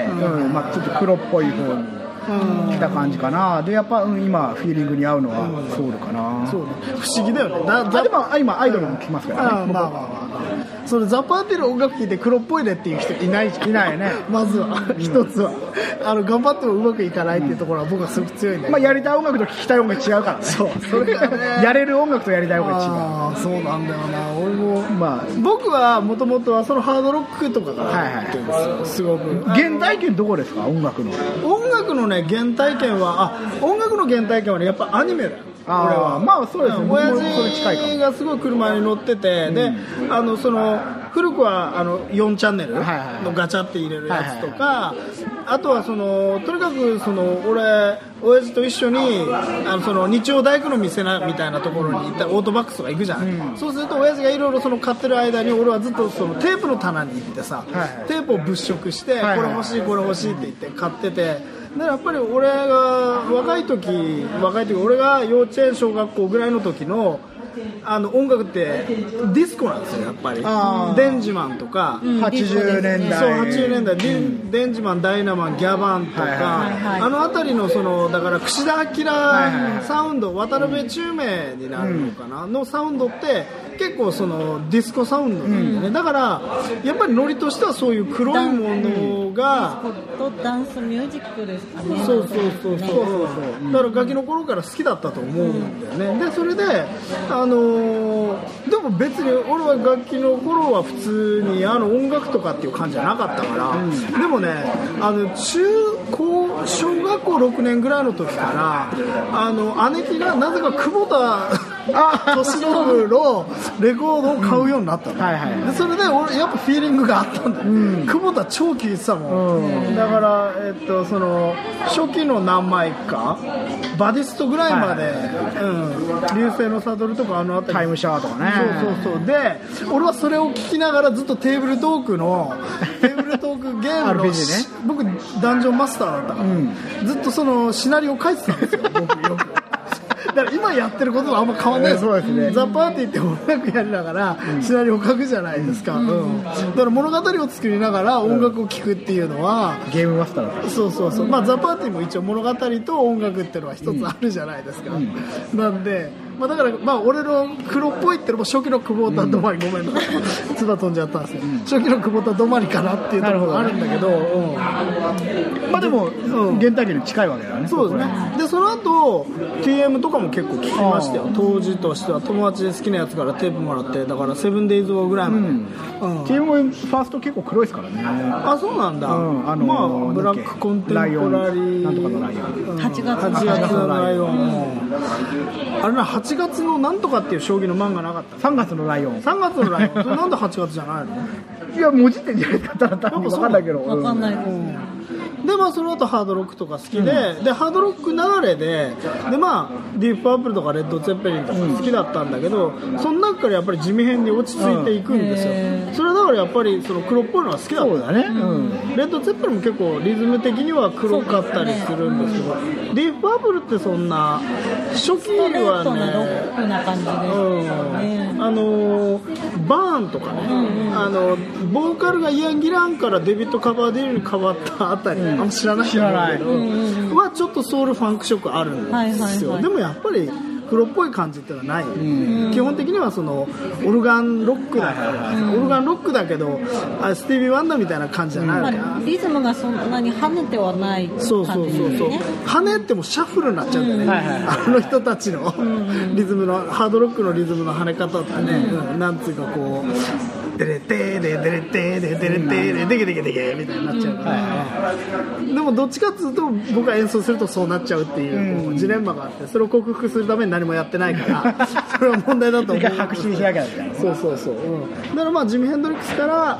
まあちょっと黒っぽい方に来た感じかな。でやっぱ、今フィーリングに合うのはソウルかな。 そうね、不思議だよね。 でも今アイドルも聴きますからね。 それザ・パーティーの音楽聴いて黒っぽいねっていう人いないじゃん。 いないねまずは一つは頑張ってもうまくいかないっていうところは僕はすごく強いんで、 やりたい音楽と聴きたい音楽違うからね。 そうそれがねやれる音楽とやりたい音楽違う。 そうなんだよな。俺も僕はもともとはそのハードロックとかからってるんですよ、すごく。 原体験どこですか？音楽のね、原体験は音楽の原体験はね、やっぱアニメだよ。俺はそうですね。 親父がすごい車に乗ってて、でその古くは4チャンネルのガチャって入れるやつとか、あとはとにかく俺親父と一緒にその日曜大工の店みたいなところに行ったらオートバックスとか行くじゃない、そうすると親父がいろいろ買ってる間に俺はずっとテープの棚に行ってさ、テープを物色して、これ欲しいこれ欲しいって言って買ってて。でやっぱり俺が若い時俺が幼稚園小学校ぐらいの時の音楽ってディスコなんですよ、やっぱり。デンジマンとか、 80年代、 そう80年代、デンジマン、ダイナマン、ギャバンとか、辺りのだから櫛田明サウンド、渡辺宙明になるのかな、のサウンドって結構ディスコサウンドなんでね、だからやっぱりノリとしてはそういう黒いものがダンスミュージックですかね。 そうだからガキの頃から好きだったと思うんだよね。でそれででも別に俺は楽器の頃は普通に音楽とかっていう感じじゃなかったから、でもね小学校6年ぐらいの時から姉貴がなぜか久保田敏信のレコードを買うようになったの、でそれで俺やっぱフィーリングがあったんだよ、久保田超聴いてたもん、だから初期の何枚かバディストぐらいまで、流星のサドルとかあたりタイムシャワーとかね、 そうで俺はそれを聞きながらずっとテーブルトークゲームの僕ダンジョンマスターだったから、ずっとシナリオを書いてたんですよ僕よくだから今やってることはあんま変わんないです、 そうですね。 ザ・パーティーって音楽やりながらシナリオを書くじゃないですか、だから物語を作りながら音楽を聴くっていうのは、 ゲームマスターだった。 そう、ザ・パーティーも一応物語と音楽っていうのは一つあるじゃないですか、なんでだから俺の黒っぽいってのも初期の久保田止まり、ごめんなさい唾飛んじゃったんですよ、初期の久保田止まりかなっていうところがあるんだけど、 でも原体験に近いわけだね。 そうですね。でその後 TM とかも結構聞きましたよ。当時としては友達で好きなやつからテープもらって、だからセブンデイズ王ぐらいまで、 TM もファースト結構黒いですからね。 そうなんだ、ブラックコンテンポラリーなんとかのライオン、 8月のライオン、あれな8月のなんとかっていう将棋の漫画なかった？ 3月のライオン。 3月のライオン。それなんで8月じゃないの？ いや文字ってじゃないかったら分かんないけど。 分かんないです。 でその後ハードロックとか好きで、ハードロック流れでディープパープルとかレッド・ツェッペリンとか好きだったんだけど、その中からやっぱり地味編に落ち着いていくんですよ。それはだからやっぱり黒っぽいのが好きだった。 そうだね、 レッド・ツェッペリンも結構リズム的には黒かったりするんですけど、ディープパープルってそんな初期はね、 ロックな感じですね。 バーンとかね、ボーカルがイアン・ギランからデビッド・カバーディルに変わったあたり、あんま知らないけど、はちょっとソウルファンク色あるんですよ、でもやっぱり黒っぽい感じってのはない、基本的にはオルガンロックだから、オルガンロックだけどスティービー・ワンダーみたいな感じじゃないから、 リズムがそんなに跳ねてはない感じですね。そう跳ねてもシャッフルになっちゃうんだよね、あの人たちのリズムのハードロックのリズムの跳ね方ってね、なんつうかこうデレテーデデレテーデデレテーデデゲデゲデゲみたいになっちゃうから、でもどっちかっていうと僕が演奏するとそうなっちゃうっていうジレンマがあって、それを克服するために何もやってないからそれは問題だと思う。 白紙しなきゃだったね。 そう、だからジミ・ヘンドリックスから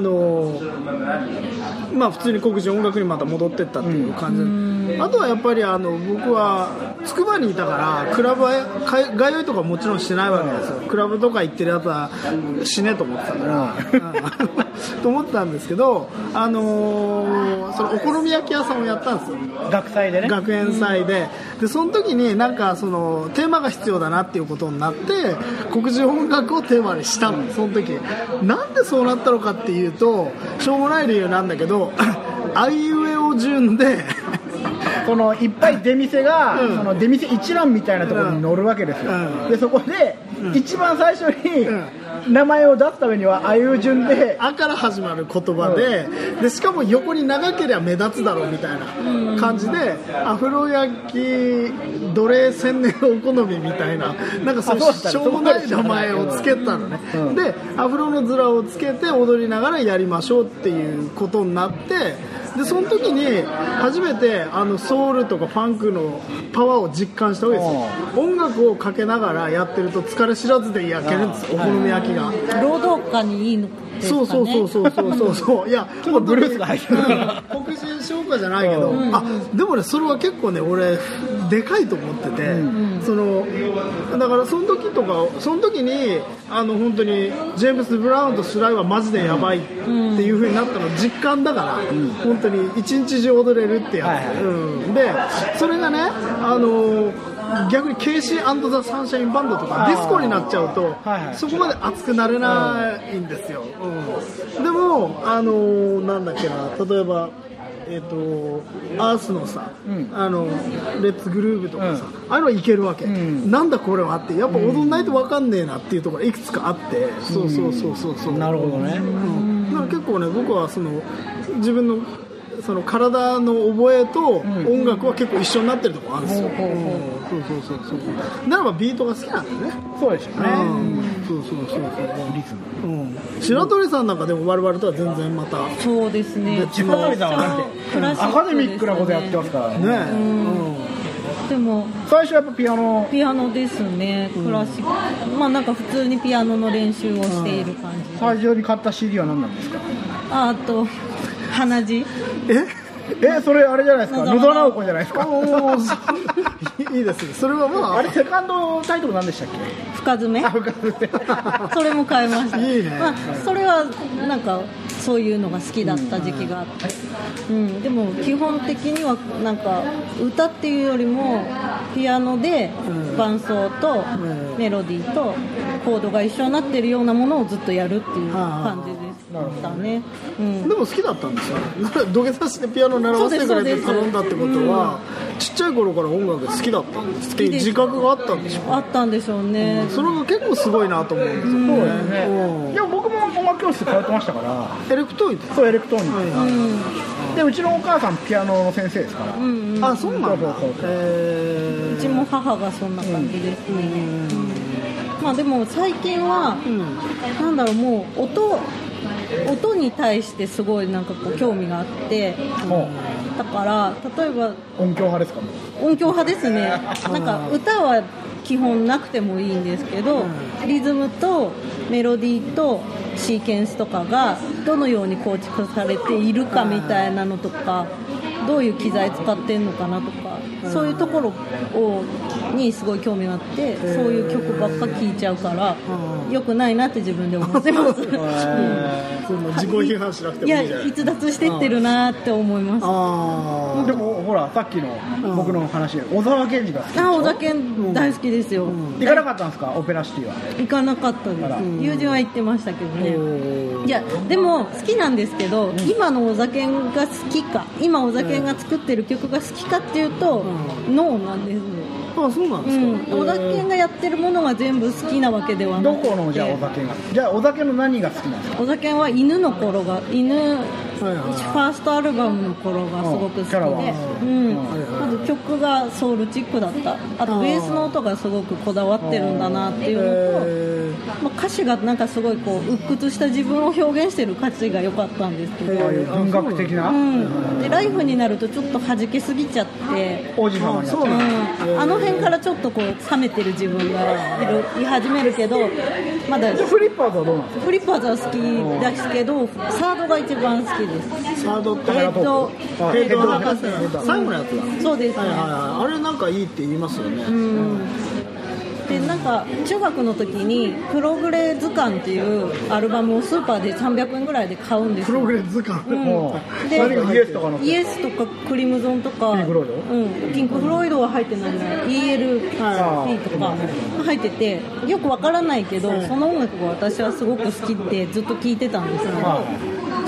普通に黒人音楽にまた戻ってったっていう感じで、あとはやっぱり僕は筑波にいたからクラブは通いとかもちろんしてないわけですよ。クラブとか行ってるやつは死ねと思ってたからと思ってたんですけど、そのお好み焼き屋さんをやったんですよ、 学祭でね、 学園祭で。その時になんかテーマが必要だなっていうことになって黒人音楽をテーマにしたの。その時なんでそうなったのかっていうとしょうもない理由なんだけどあいうえお順でいっぱい出店が、出店一覧みたいなところに載るわけですよ、でそこで、一番最初に、 名前を出すためにはあいう順であから始まる言葉でしかも横に長ければ目立つだろうみたいな感じで、アフロ焼き奴隷千年お好みみたいな、なんかそういうしょうもない名前をつけたのね、でアフロの面をつけて踊りながらやりましょうっていうことになって、でその時に初めてソウルとかファンクのパワーを実感したわけですよ。音楽をかけながらやってると疲れ知らずで焼けるんです、お好み焼きが。 労働家にいいのですかね。 そういやちょっとブルースが入ってる黒人消化じゃないけど、でもねそれは結構ね俺でかいと思ってて、だからその時に本当にジェームス・ブラウンとスライはマジでやばいっていう風になったの実感だから、本当に一日中踊れるってやつ、でそれがね逆にケイシー&ザ・サンシャインバンドとかディスコになっちゃうと、そこまで熱くなれないんですよ、でもなんだっけな、例えばアースのさ、レッツグルーヴとかさ、ああいうのいけるわけ、なんだこれはってやっぱ踊んないと分かんねえなっていうところいくつかあって、そうなるほどね、 だから結構ね僕は自分のその体の覚えと音楽は結構一緒になってるところあるんですよ。だからビートが好きなんだよね。 そうでしょうね。 そうリズム。白鳥さんなんかでも我々とは全然また。 そうですね。 白鳥さんはだってアカデミックなことやってますからね。 でも最初はやっぱピアノですね。クラシック、なんか普通にピアノの練習をしている感じ。 最初に買った CD は何なんですか？ あと鼻血。 それあれじゃないですか、野田直子じゃないですか。 いいですね。それはあれセカンドタイトル何でしたっけ？ 深爪。それも買いました。 いいね。 それはなんかそういうのが好きだった時期があって、でも基本的にはなんか歌っていうよりもピアノで伴奏とメロディーとコードが一緒になってるようなものをずっとやるっていう感じでしたね。 でも好きだったんですよ。土下座してピアノ習わせてくれって頼んだってことは、ちっちゃい頃から音楽好きだったんですっていう自覚があったんでしょう。 あったんでしょうね。 それが結構すごいなと思うんですよ。 そうですね。いや僕も音楽教室通ってましたから。 エレクトーンそうエレクトーンでうちのお母さんピアノの先生ですから。 あ、そうなんだ。 うちも母がそんな感じですね。でも最近はなんだろう、もう音に対してすごいなんかこう興味があって、だから例えば音響派ですか？ 音響派ですね。なんか歌は基本なくてもいいんですけど、リズムとメロディーとシーケンスとかがどのように構築されているかみたいなのとか、どういう機材使ってんのかなとか、そういうところにすごい興味があって、そういう曲ばっか聴いちゃうから良くないなって自分で思ってます。 自己批判しなくてもいいじゃない。 逸脱してってるなって思います。 でもほらさっきの僕の話、小沢健二が好きでしょ？ 小沢健大好きですよ。 行かなかったんですか？オペラシティは。 行かなかったです。友人は行ってましたけどね。いやでも好きなんですけど、今の小沢健が好きか、今小沢健が作ってる曲が好きかっていうと、ノーなんですよ。 あ、そうなんですか。 小沢健がやってるものが全部好きなわけではなくて。 どこのじゃあ小沢健が。じゃあ小沢健の何が好きなんですか？ 小沢健は犬の頃がファーストアルバムの頃がすごく好きで、まず曲がソウルチックだった。あとベースの音がすごくこだわってるんだなっていうのと、歌詞がなんかすごいこう鬱屈した自分を表現してる歌詞が良かったんですけど、 文学的な、 でライフになるとちょっと弾けすぎちゃって、 王子様になっちゃう。 あの辺からちょっとこう冷めてる自分がい始めるけど、まだフリッパーズはどうなんですか？ フリッパーズは好きですけど、サードが一番好きです。 サードってヘッド博士最後のやつだ。 そうですね。 あれなんかいいって言いますよね。 でなんか中学の時にプログレ図鑑っていうアルバムをスーパーで300円ぐらいで買うんですよ。 プログレ図鑑、 で何かイエスとかのイエスとかクリムゾンとかピンク・フロイド、 ピンク・フロイドは入ってないの、ELP とか入っててよくわからないけど、その音楽が私はすごく好きでずっと聴いてたんですけど、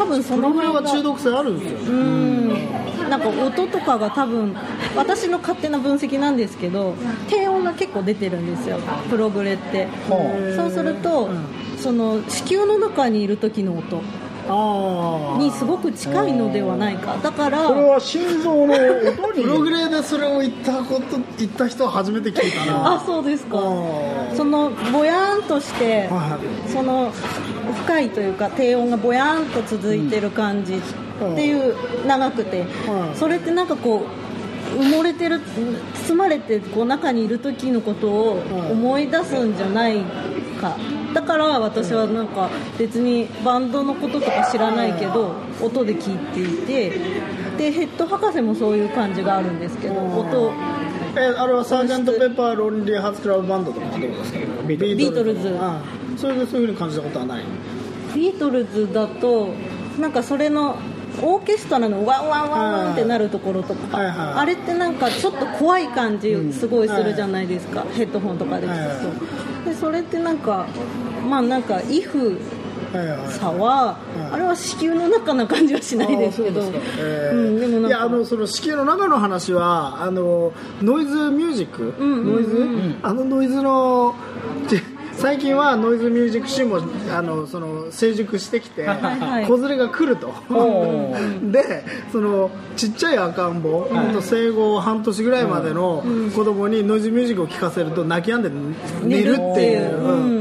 多分そのぐらいは中毒性あるんですよ。 なんか音とかが多分私の勝手な分析なんですけど、低音が結構出てるんですよ、プログレって。そうすると、その子宮の中にいる時の音にすごく近いのではないか。だからそれは心臓の音にプログレでそれを言った人は初めて聞いたな。 あ、そうですか。そのぼやーんとして、その深いというか低音がぼやーんと続いてる感じっていう長くて、それってなんかこう埋もれてる、包まれてこう中にいる時のことを思い出すんじゃないか。だから私はなんか別にバンドのこととか知らないけど音で聞いていて、でヘッド博士もそういう感じがあるんですけど、音あれはサージャント・ペッパー・ロンリー・ハーツ・クラブ・バンドとかどうですか？ ビートルズ。 それでそういう風に感じたことはない？ ビートルズだとなんかそれのオーケストラのワンワンワンワンってなるところとか、あれってなんかちょっと怖い感じすごいするじゃないですか、ヘッドホンとかで聞くと。でそれってなんかまあなんかイフさは、あれは子宮の中な感じはしないですけど、でもなんかその子宮の中の話はノイズミュージック、ノイズ、ノイズの最近はノイズミュージック誌もその成熟してきて、子連れが来るとでそのちっちゃい赤ん坊、生後半年ぐらいまでの子供にノイズミュージックを聴かせると泣き止んで寝るっていう、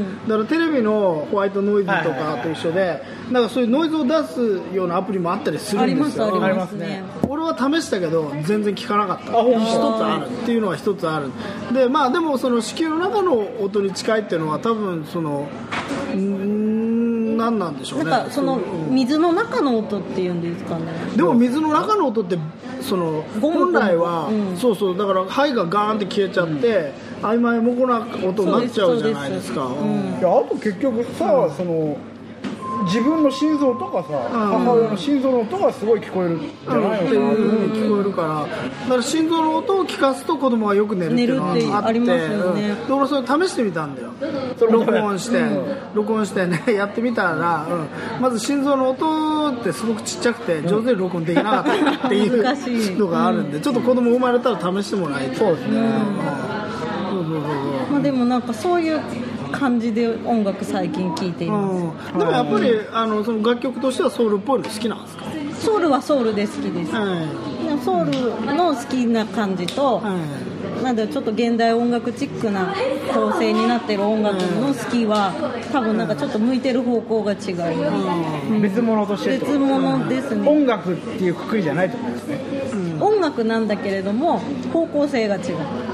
だからテレビのホワイトノイズとかと一緒で、なんかそういうノイズを出すようなアプリもあったりするんですよ。 ありますね。 俺は試したけど全然聞かなかった。一つあるっていうのは一つある。でまあでもその子宮の中の音に近いっていうのは多分その何なんでしょうね。 なんかその水の中の音っていうんですかね。 でも水の中の音ってその本来は、そうそう、だから肺がガーンって消えちゃって、曖昧もこな音になっちゃうじゃないですか。 いやあと結局さ、その自分の心臓とかさ、母親の心臓の音がすごい聞こえるじゃないのかなっていう風に聞こえるから、だから心臓の音を聞かすと子供がよく寝るっていうのがあって、で俺それ試してみたんだよ。録音してねやってみたら、まず心臓の音ってすごくちっちゃくて上手に録音できなかったっていうのがあるんで、ちょっと子供生まれたら試してもらいたい。 そうですね。 まあでもなんかそういう感じで音楽最近聴いています。 でもやっぱりその楽曲としてはソウルっぽいの好きなんですか？ ソウルはソウルで好きです。ソウルの好きな感じと、なんでちょっと現代音楽チックな構成になってる音楽の好きは多分なんかちょっと向いてる方向が違い、 別物として別物ですね。 音楽っていうくくりじゃないと思うんですね。 音楽なんだけれども方向性が違う。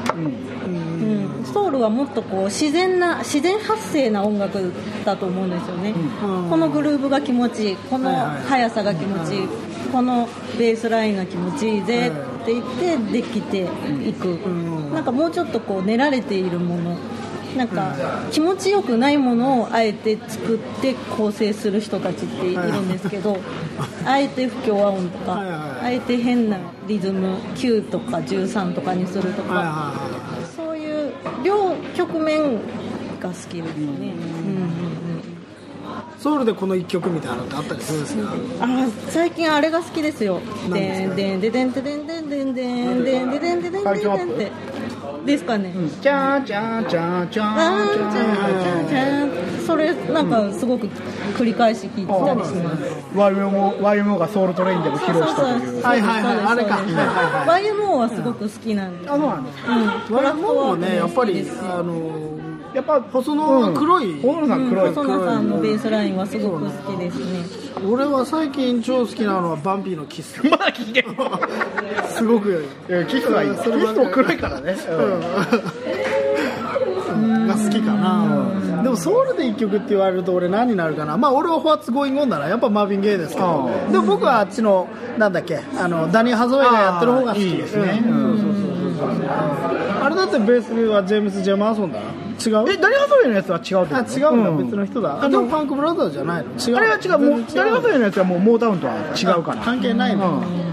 ソウルはもっとこう自然発生な音楽だと思うんですよね。このグルーヴが気持ちいい、この速さが気持ちいい、このベースラインが気持ちいいぜって言ってできていく。なんかもうちょっとこう練られているもの、なんか気持ちよくないものをあえて作って構成する人たちっているんですけど、あえて不協和音とか、あえて変なリズム9とか13とかにするとか、そういう両局面が好きですね。 ソウルでこの一曲みたいなのってあったりするんですか？ 最近あれが好きですよ。でんでんでんでんでんでんでんでんでんでんでんでんでんでんでんってですかね。 チャーチャーチャーチャーチャーチャー、 それなんかすごく繰り返し聴いたりします。 YMO がソウルトレインでも披露したという。 はいはいはい、あれか。 YMO はすごく好きなんで。 そうなんです。 YMO もね、やっぱりやっぱ細野が黒い、 細野さんのベースラインはすごく好きですね。 俺は最近超好きなのはバンピーのキス。 まだ聞けよ。 すごくキスはいい。キスも黒いからね。 が好きかな。でもソウルで一曲って言われると俺何になるかな。まあ俺はホワッツゴーイングオンだな。やっぱマーヴィン・ゲイですけど。でも僕はあっちのなんだっけ、ダニー・ハゾウェイがやってる方が好きですね。あれだってベースはジェームス・ジェマーソンだな。違う？ ダニー・ハゾウェイのやつは違うってこと？ 違うんだ、別の人だ。でもパンクブラザーじゃないの？違う。 あれは違う。ダニー・ハゾウェイのやつはもうモータウンとは違うから。 関係ないの。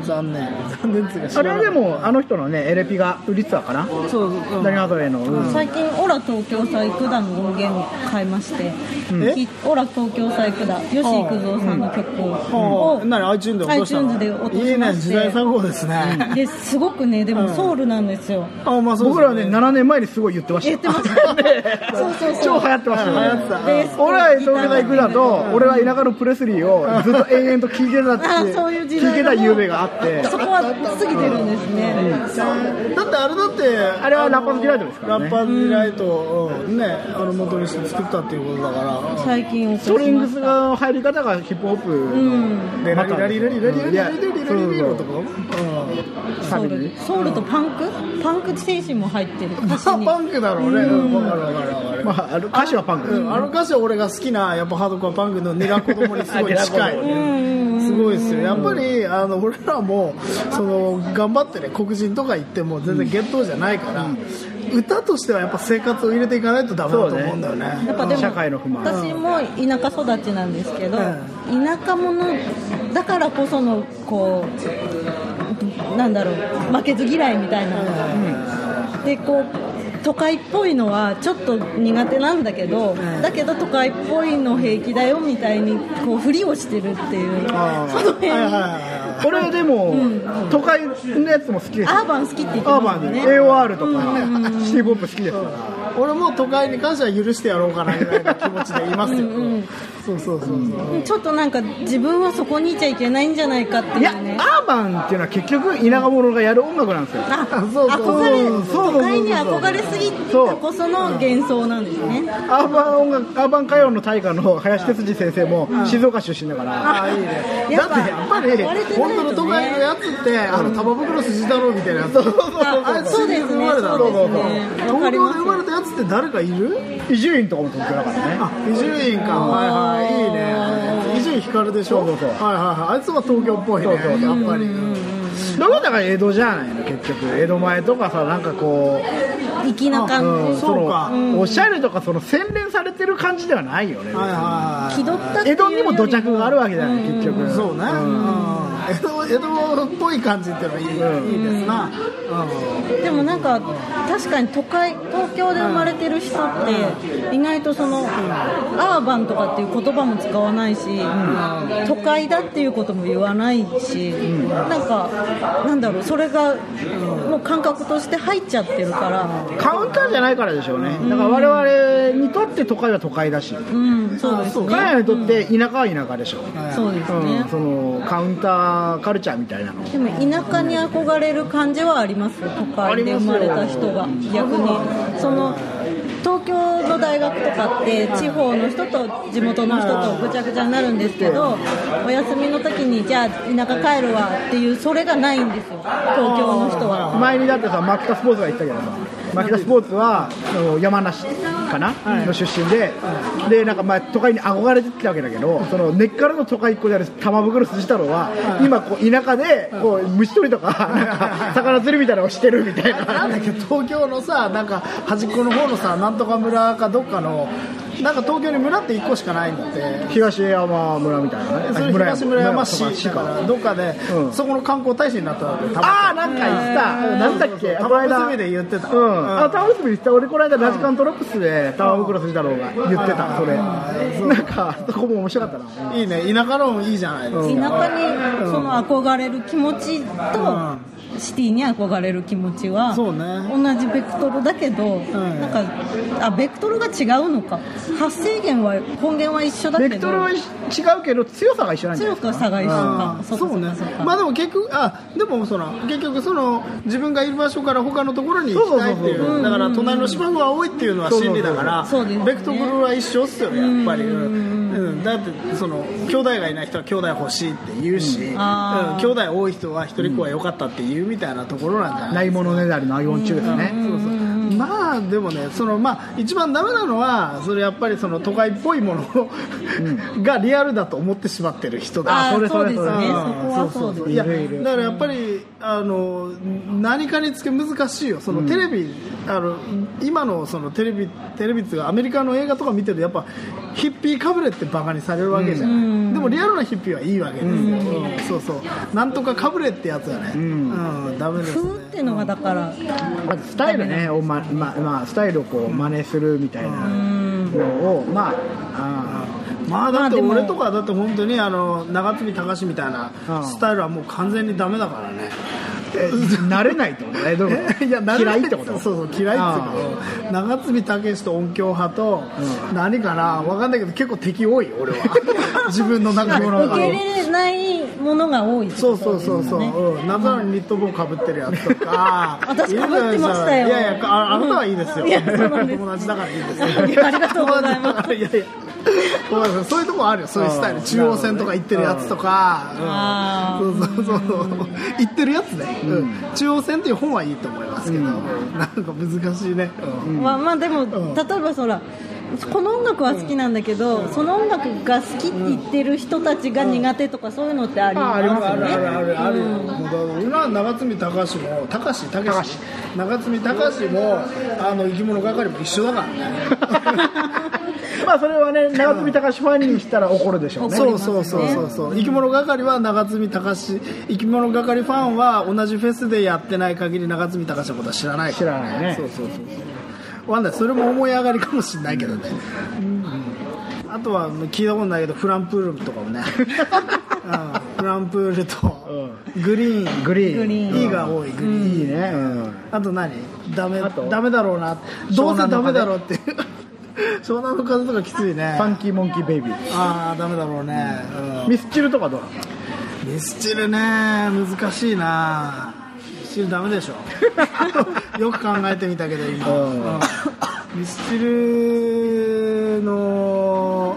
残念っていうかあれはでもあの人のねエレピが売りツアーかな、 そう、 ダニハドレーの、 最近オラ東京サイクダの音源を買いまして、オラ東京サイクダ吉幾三さんの曲を、 何 iTunes で落としたの？ iTunes で落としまして、 いいね、時代錯誤ですね。 ですごくね、でもソウルなんですよ。 僕らはね7年前にすごい言ってました。 言ってましたね。そう超流行ってましたね。 で俺は東京大行くだと、俺は田舎のプレスリーをずっと延々と聴いてたって聞いてた夢があって、 そこは過ぎてるんですね。 だってあれはラッパーズディライトですからね。 ラッパーズディライトをね、元にして作ったっていうことだから、 最近ストリングスの入り方がヒップホップのでラリラリラリラリラリラリラリラリとか、 ソウルとパンク精神も入ってる歌詞に。 パンクだろうね。分かる。 まあ歌詞はパンク。 あの歌詞は俺が好きなやっぱハードコアパンクのネガ子供にすごい近い。すごいですよ。やっぱり俺らもその頑張ってね、黒人とか行っても全然ゲットじゃないから、歌としてはやっぱ生活を入れていかないとダメだと思うんだよね。 やっぱでも社会の不満。 私も田舎育ちなんですけど、田舎者だからこそのこうなんだろう、負けず嫌いみたいな、でこう都会っぽいのはちょっと苦手なんだけど、だけど都会っぽいの平気だよみたいにこう振りをしてるっていう、その辺。 俺はでも、都会のやつも好きです。 アーバン好きって言ってますね。 AOR とかシティポップ好きですから。 俺も都会に関しては許してやろうかなみたいな気持ちでいますよ。そうちょっとなんか自分はそこにいちゃいけないんじゃないかっていうね。 いや、アーバンっていうのは結局田舎者がやる音楽なんですよ。 都会に憧れすぎたこその幻想なんですね。 アーバン歌謡の大家の林哲司先生も静岡出身だから。 いいね。だってやっぱり本当の都会のやつって玉袋筋太郎みたいなやつ。 そうですね。 東京で生まれたやつって誰かいる？ 伊集院とかも東京だからね。 伊集院か。はい、いいね。伊集院光でしょ。あいつは東京っぽいね。やっぱり。 だから江戸じゃないの結局。江戸前とかさ、なんかこう粋な感じ。 そうか。 おしゃれとかその洗練されてる感じではないよね。 気取ったっていう江戸にも土着があるわけじゃない結局。 そうね。江戸っぽい感じっていうのはいいですな。 でもなんか確かに東京で生まれてる人って意外とそのアーバンとかっていう言葉も使わないし、都会だっていうことも言わないし、なんかなんだろう、それがもう感覚として入っちゃってるから。 カウンターじゃないからでしょうね。だから我々にとって都会は都会だし、 そうですね。 彼らにとって田舎は田舎でしょ。 そうですね。 そのカウンターカルチャーみたいなの。 でも田舎に憧れる感じはありますよ。都会で生まれた人が逆にその東京の大学とかって地方の人と地元の人とぐちゃぐちゃになるんですけど、お休みの時にじゃあ田舎帰るわっていうそれがないんですよ、東京の人は。 前にだってさ、マキタスポーツが言ったけどさ、マキタスポーツは山梨かな、の出身で、なんかまあ都会に憧れてきたわけだけど、その根っからの都会っ子である玉袋筋太郎は、今こう田舎でこう虫取りとかなんか魚釣りみたいなのをしてるみたいな。 なんだっけ、東京のさ、なんか端っこの方のさ、なんとか村かどっかのなんか東京に村って1個しかないんだって。 東山村みたいなね。 それ東村山市だからどっかで、そこの観光大使になったわけ。 ああ、なんか言った。なんだっけ、 玉結びで言ってた。 玉結びで言った。俺この間ラジカントロックスで玉袋筋太郎が言ってた。それなんかそこも面白かったな。 いいね、田舎のもいいじゃないですか。 田舎にその憧れる気持ちとシティに憧れる気持ちは同じベクトルだけど、なんかベクトルが違うのか、発生源は根源は一緒だけど、 ベクトルは違うけど強さが一緒なんじゃないですか。 強さが一緒か。 そうね。まあでも結局でも結局その自分がいる場所から他のところに行きたいっていう、だから隣の芝生が多いっていうのは真理だから、ベクトルは一緒っすよね、やっぱり。だってその兄弟がいない人は兄弟欲しいって言うし、兄弟多い人は一人っ子は良かったって言うみたいなところなんじゃない。 ないものねだりのアイオン中ですね。 まあでもね一番ダメなのはそれやっぱりその都会っぽいものがリアルだと思ってしまってる人だ。 そうですね、そこはそうです。 いやだからやっぱり何かにつけ難しいよ。そのテレビ、今のそのテレビっていうかアメリカの映画とか見てるとやっぱヒッピーかぶれってバカにされるわけじゃない、でもリアルなヒッピーはいいわけですよ、そうなんとかかぶれってやつはね、ダメですね。 風っていうのがだからスタイルねをスタイルをこう真似するみたいなのをだって俺とかだって本当に長爪隆みたいなスタイルはもう完全にダメだからね。慣れないってことね。どういうこと？いや嫌いってこと？そう嫌いっていうか長爪隆と音響派と何かな分かんないけど結構敵多い俺は自分の中で受け入れないものが多い。 そう夏なのにニット帽かぶってるやつとか私かぶってましたよ。 いやあなたはいいですよ。友達だからいいですよ。 ありがとうございます。 いやそういうとこあるよ。そういうスタイル中央線とか行ってるやつとかそう行ってるやつね。中央線っていう本はいいと思いますけど、なんか難しいね。 まあでも例えばこの音楽は好きなんだけど、その音楽が好きって言ってる人たちが苦手とかそういうのってありますよね。 ある俺は長爪隆も長爪隆も生き物係も一緒だからね。 まあそれはね長爪隆ファンにしたら怒るでしょうね。そう生き物係は長爪隆生き物係ファンは同じフェスでやってない限り長爪隆のことは知らないね。そうわかんない。それも思い上がりかもしれないけどね、あとは聞いたことないけどフランプールとかもねフランプールとグリーン E が多いグリーン、いいね、あと何ダメだろうな、どうせダメだろうって湘南の風とかきついね。 ファンキーモンキーベイビーダメだろうね、 ミスチルとかどう？ ミスチルね難しいな。ミスチルダメでしょよく考えてみたけど今、ミスチルの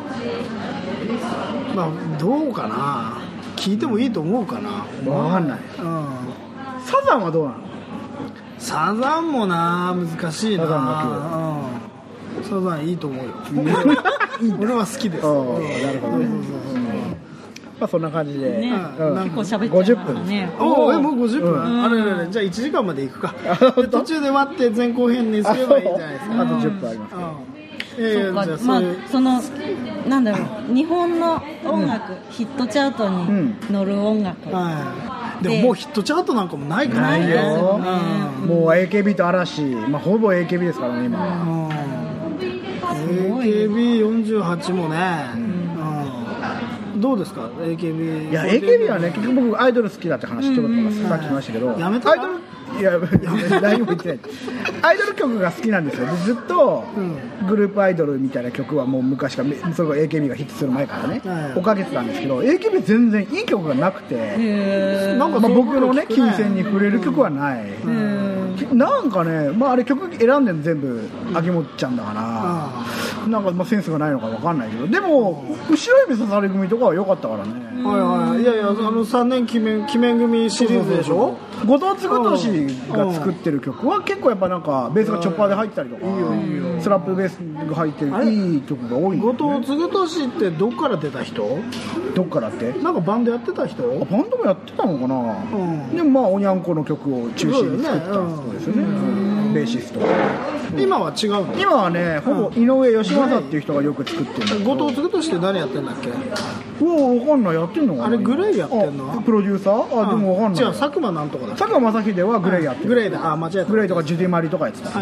どうかな、聞いてもいいと思うかな。 分かんない、サザンはどうなの？ サザンもな難しいな。サザンいいと思うよ俺は好きです。なるほどね。 そんな感じで、 結構喋っちゃうからね。 もう50分、あれじゃあ1時間まで行くか途中で待って前後編にすればいいじゃないですか。 あと10分ありますからなんだろう、日本の音楽、ヒットチャートに乗る音楽、 でももうヒットチャートなんかもないからね。 もう AKB と嵐、ほぼ AKB ですからね今。 AKB48 もね、どうですか AKB？ いや AKB はね結局僕アイドル好きだって話ちょっとさっき言いましたけど、 やめた？ アイドル何も言ってないアイドル曲が好きなんですよ。ずっとグループアイドルみたいな曲はもう昔からそれが AKB がヒットする前からね追っかけてたんですけど、 AKB 全然いい曲がなくて、僕のね金銭に触れる曲はない。なんかね、あれ曲選んでるの全部秋元ちゃんだから、なんかセンスがないのか分かんないけど、でも後ろ指刺され組とかは良かったからね。いや3年記念組シリーズでしょ。後藤嗣俊が作ってる曲は結構やっぱなんかベースがチョッパーで入ったりとか、スラップベースが入ってるいい曲が多い。 後藤嗣俊ってどっから出た人？ どっからって？ なんかバンドやってた人？ バンドもやってたのかな。でもおにゃんこの曲を中心に作った人ですよね。ベーシスト。 今は違うの？ 今はねほぼ井上義正っていう人がよく作ってる。 後藤嗣俊って誰やってんだっけ？ 分かんない。やってんのかな。 あれグレイやってんの？ プロデューサー？でも分かんない。 違う、佐久間なんとかだ。 佐久間正秀はグレイやってる。 グレイだ。間違えた。 グレイとかジュディマリとかやってた。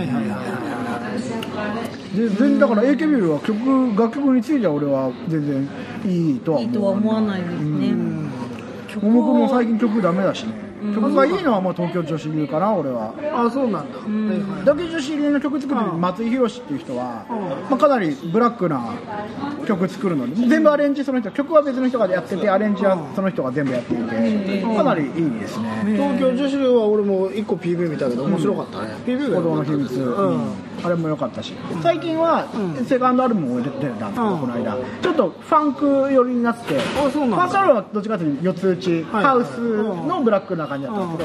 全然だから AKB は楽曲については俺は全然いいとは思わないですね。 僕も最近曲ダメだしね。曲がいいのは東京女子流かな俺は。 そうなんだ。 東京女子流の曲作ってる松井宏っていう人はかなりブラックな曲作るので、全部アレンジその人、曲は別の人がやっててアレンジはその人が全部やっていてかなりいいですね。 東京女子流は俺も1個 PV 見たけど面白かったね。PV が鼓動の秘密、あれも良かったし、最近はセカンドアルバムも出てたんですけど、この間ちょっとファンク寄りになって、ファーストアルバムはどっちかというと四つ打ちハウスのブラックな感じだったんですけど、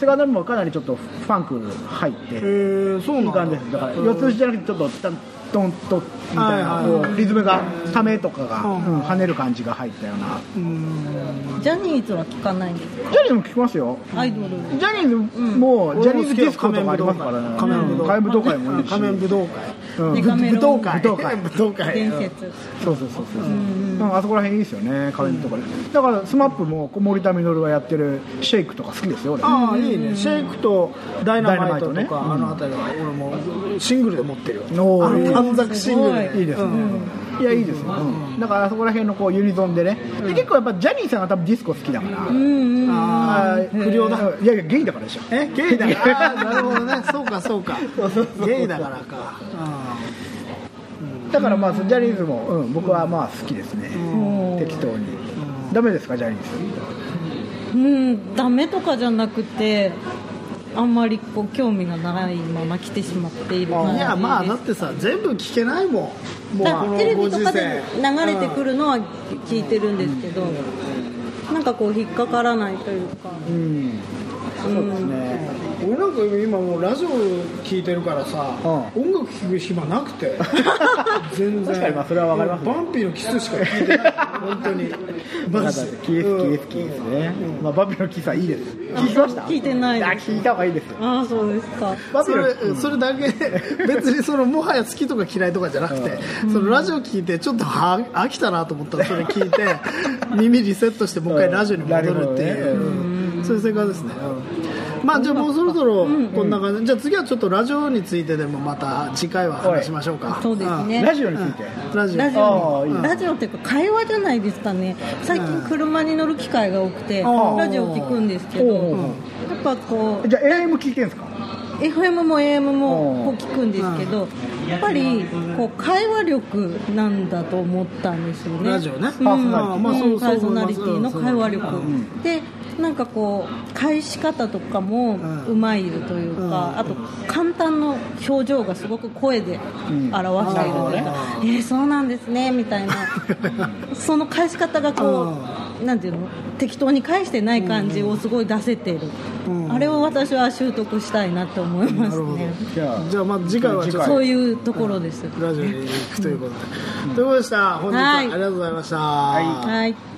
セカンドアルバムもかなりちょっとファンク入ってそうなんだ。 いい感じです。だから四つ打ちじゃなくてちょっとトントンみたいなこうリズムがためとかが跳ねる感じが入ったような。 ジャニーズは聞かないんですか？ ジャニーズも聞きますよ。 アイドルジャニーズもジャニーズディスコとかありますからね。仮面舞踏会もいいし。 仮面舞踏会。 デカメロン舞踏会。 伝説。 そう。あそこら辺いいですよね、仮面とかで。だからスマップも森田実がやってるシェイクとか好きですよ俺。 ああいいね。シェイクとダイナマイトとかあのあたりは俺もシングルで持ってるよ。短冊シングルいいですね。いやいいですよ。だからあそこら辺のこうユニゾンでね。で結構やっぱジャニーさんが多分ディスコ好きだから。 不良だ。 いやゲイだからでしょ。 ゲイだから。なるほどね。そうか。ゲイだからか。 だからまあジャニーズも僕はまあ好きですね。適当に。ダメですかジャニーズ？ダメとかじゃなくて。あんまりこう興味がないまま来てしまっている感じです。 いやまあだってさ全部聞けないもん。もうテレビとかで流れてくるのは聞いてるんですけど、なんかこう引っかからないというか。 そうですね。 俺なんか今もうラジオ聞いてるからさ、音楽聴く暇なくて全然。 確かにまあそれはわかりますね。 バンピーのキスしか聞いてない本当に。 マジでキーですね。まあバンピーのキスはいいです。聞きました？ 聞いてない。 聞いた方がいいですよ。 ああそうですか。 それだけ別にそのもはや好きとか嫌いとかじゃなくて、そのラジオ聞いてちょっと飽きたなと思ったらそれ聞いて耳リセットしてもう一回ラジオに戻るっていう、そういう生活ですね。まあじゃあもうそろそろこんな感じ。じゃあ次はちょっとラジオについてでもまた次回は話しましょうか。 そうですね。 ラジオについて。 ラジオっていうか会話じゃないですかね。最近車に乗る機会が多くてラジオ聞くんですけど、やっぱこう。 じゃあ AM 聞いてんですか ？FM も AM もこう聞くんですけど、やっぱりこう会話力なんだと思ったんですよね。 ラジオね。 パーソナリティの会話力で。なんかこう返し方とかもうまいというか、あと簡単の表情がすごく声で表しているというか、そうなんですねみたいなその返し方がこうなんていうの適当に返してない感じをすごい出せている、あれを私は習得したいなと思いますね。 じゃあまあ次回はちょっとそういうところです。 ラジオに行くということで、ということでした。本日はありがとうございました。 はい。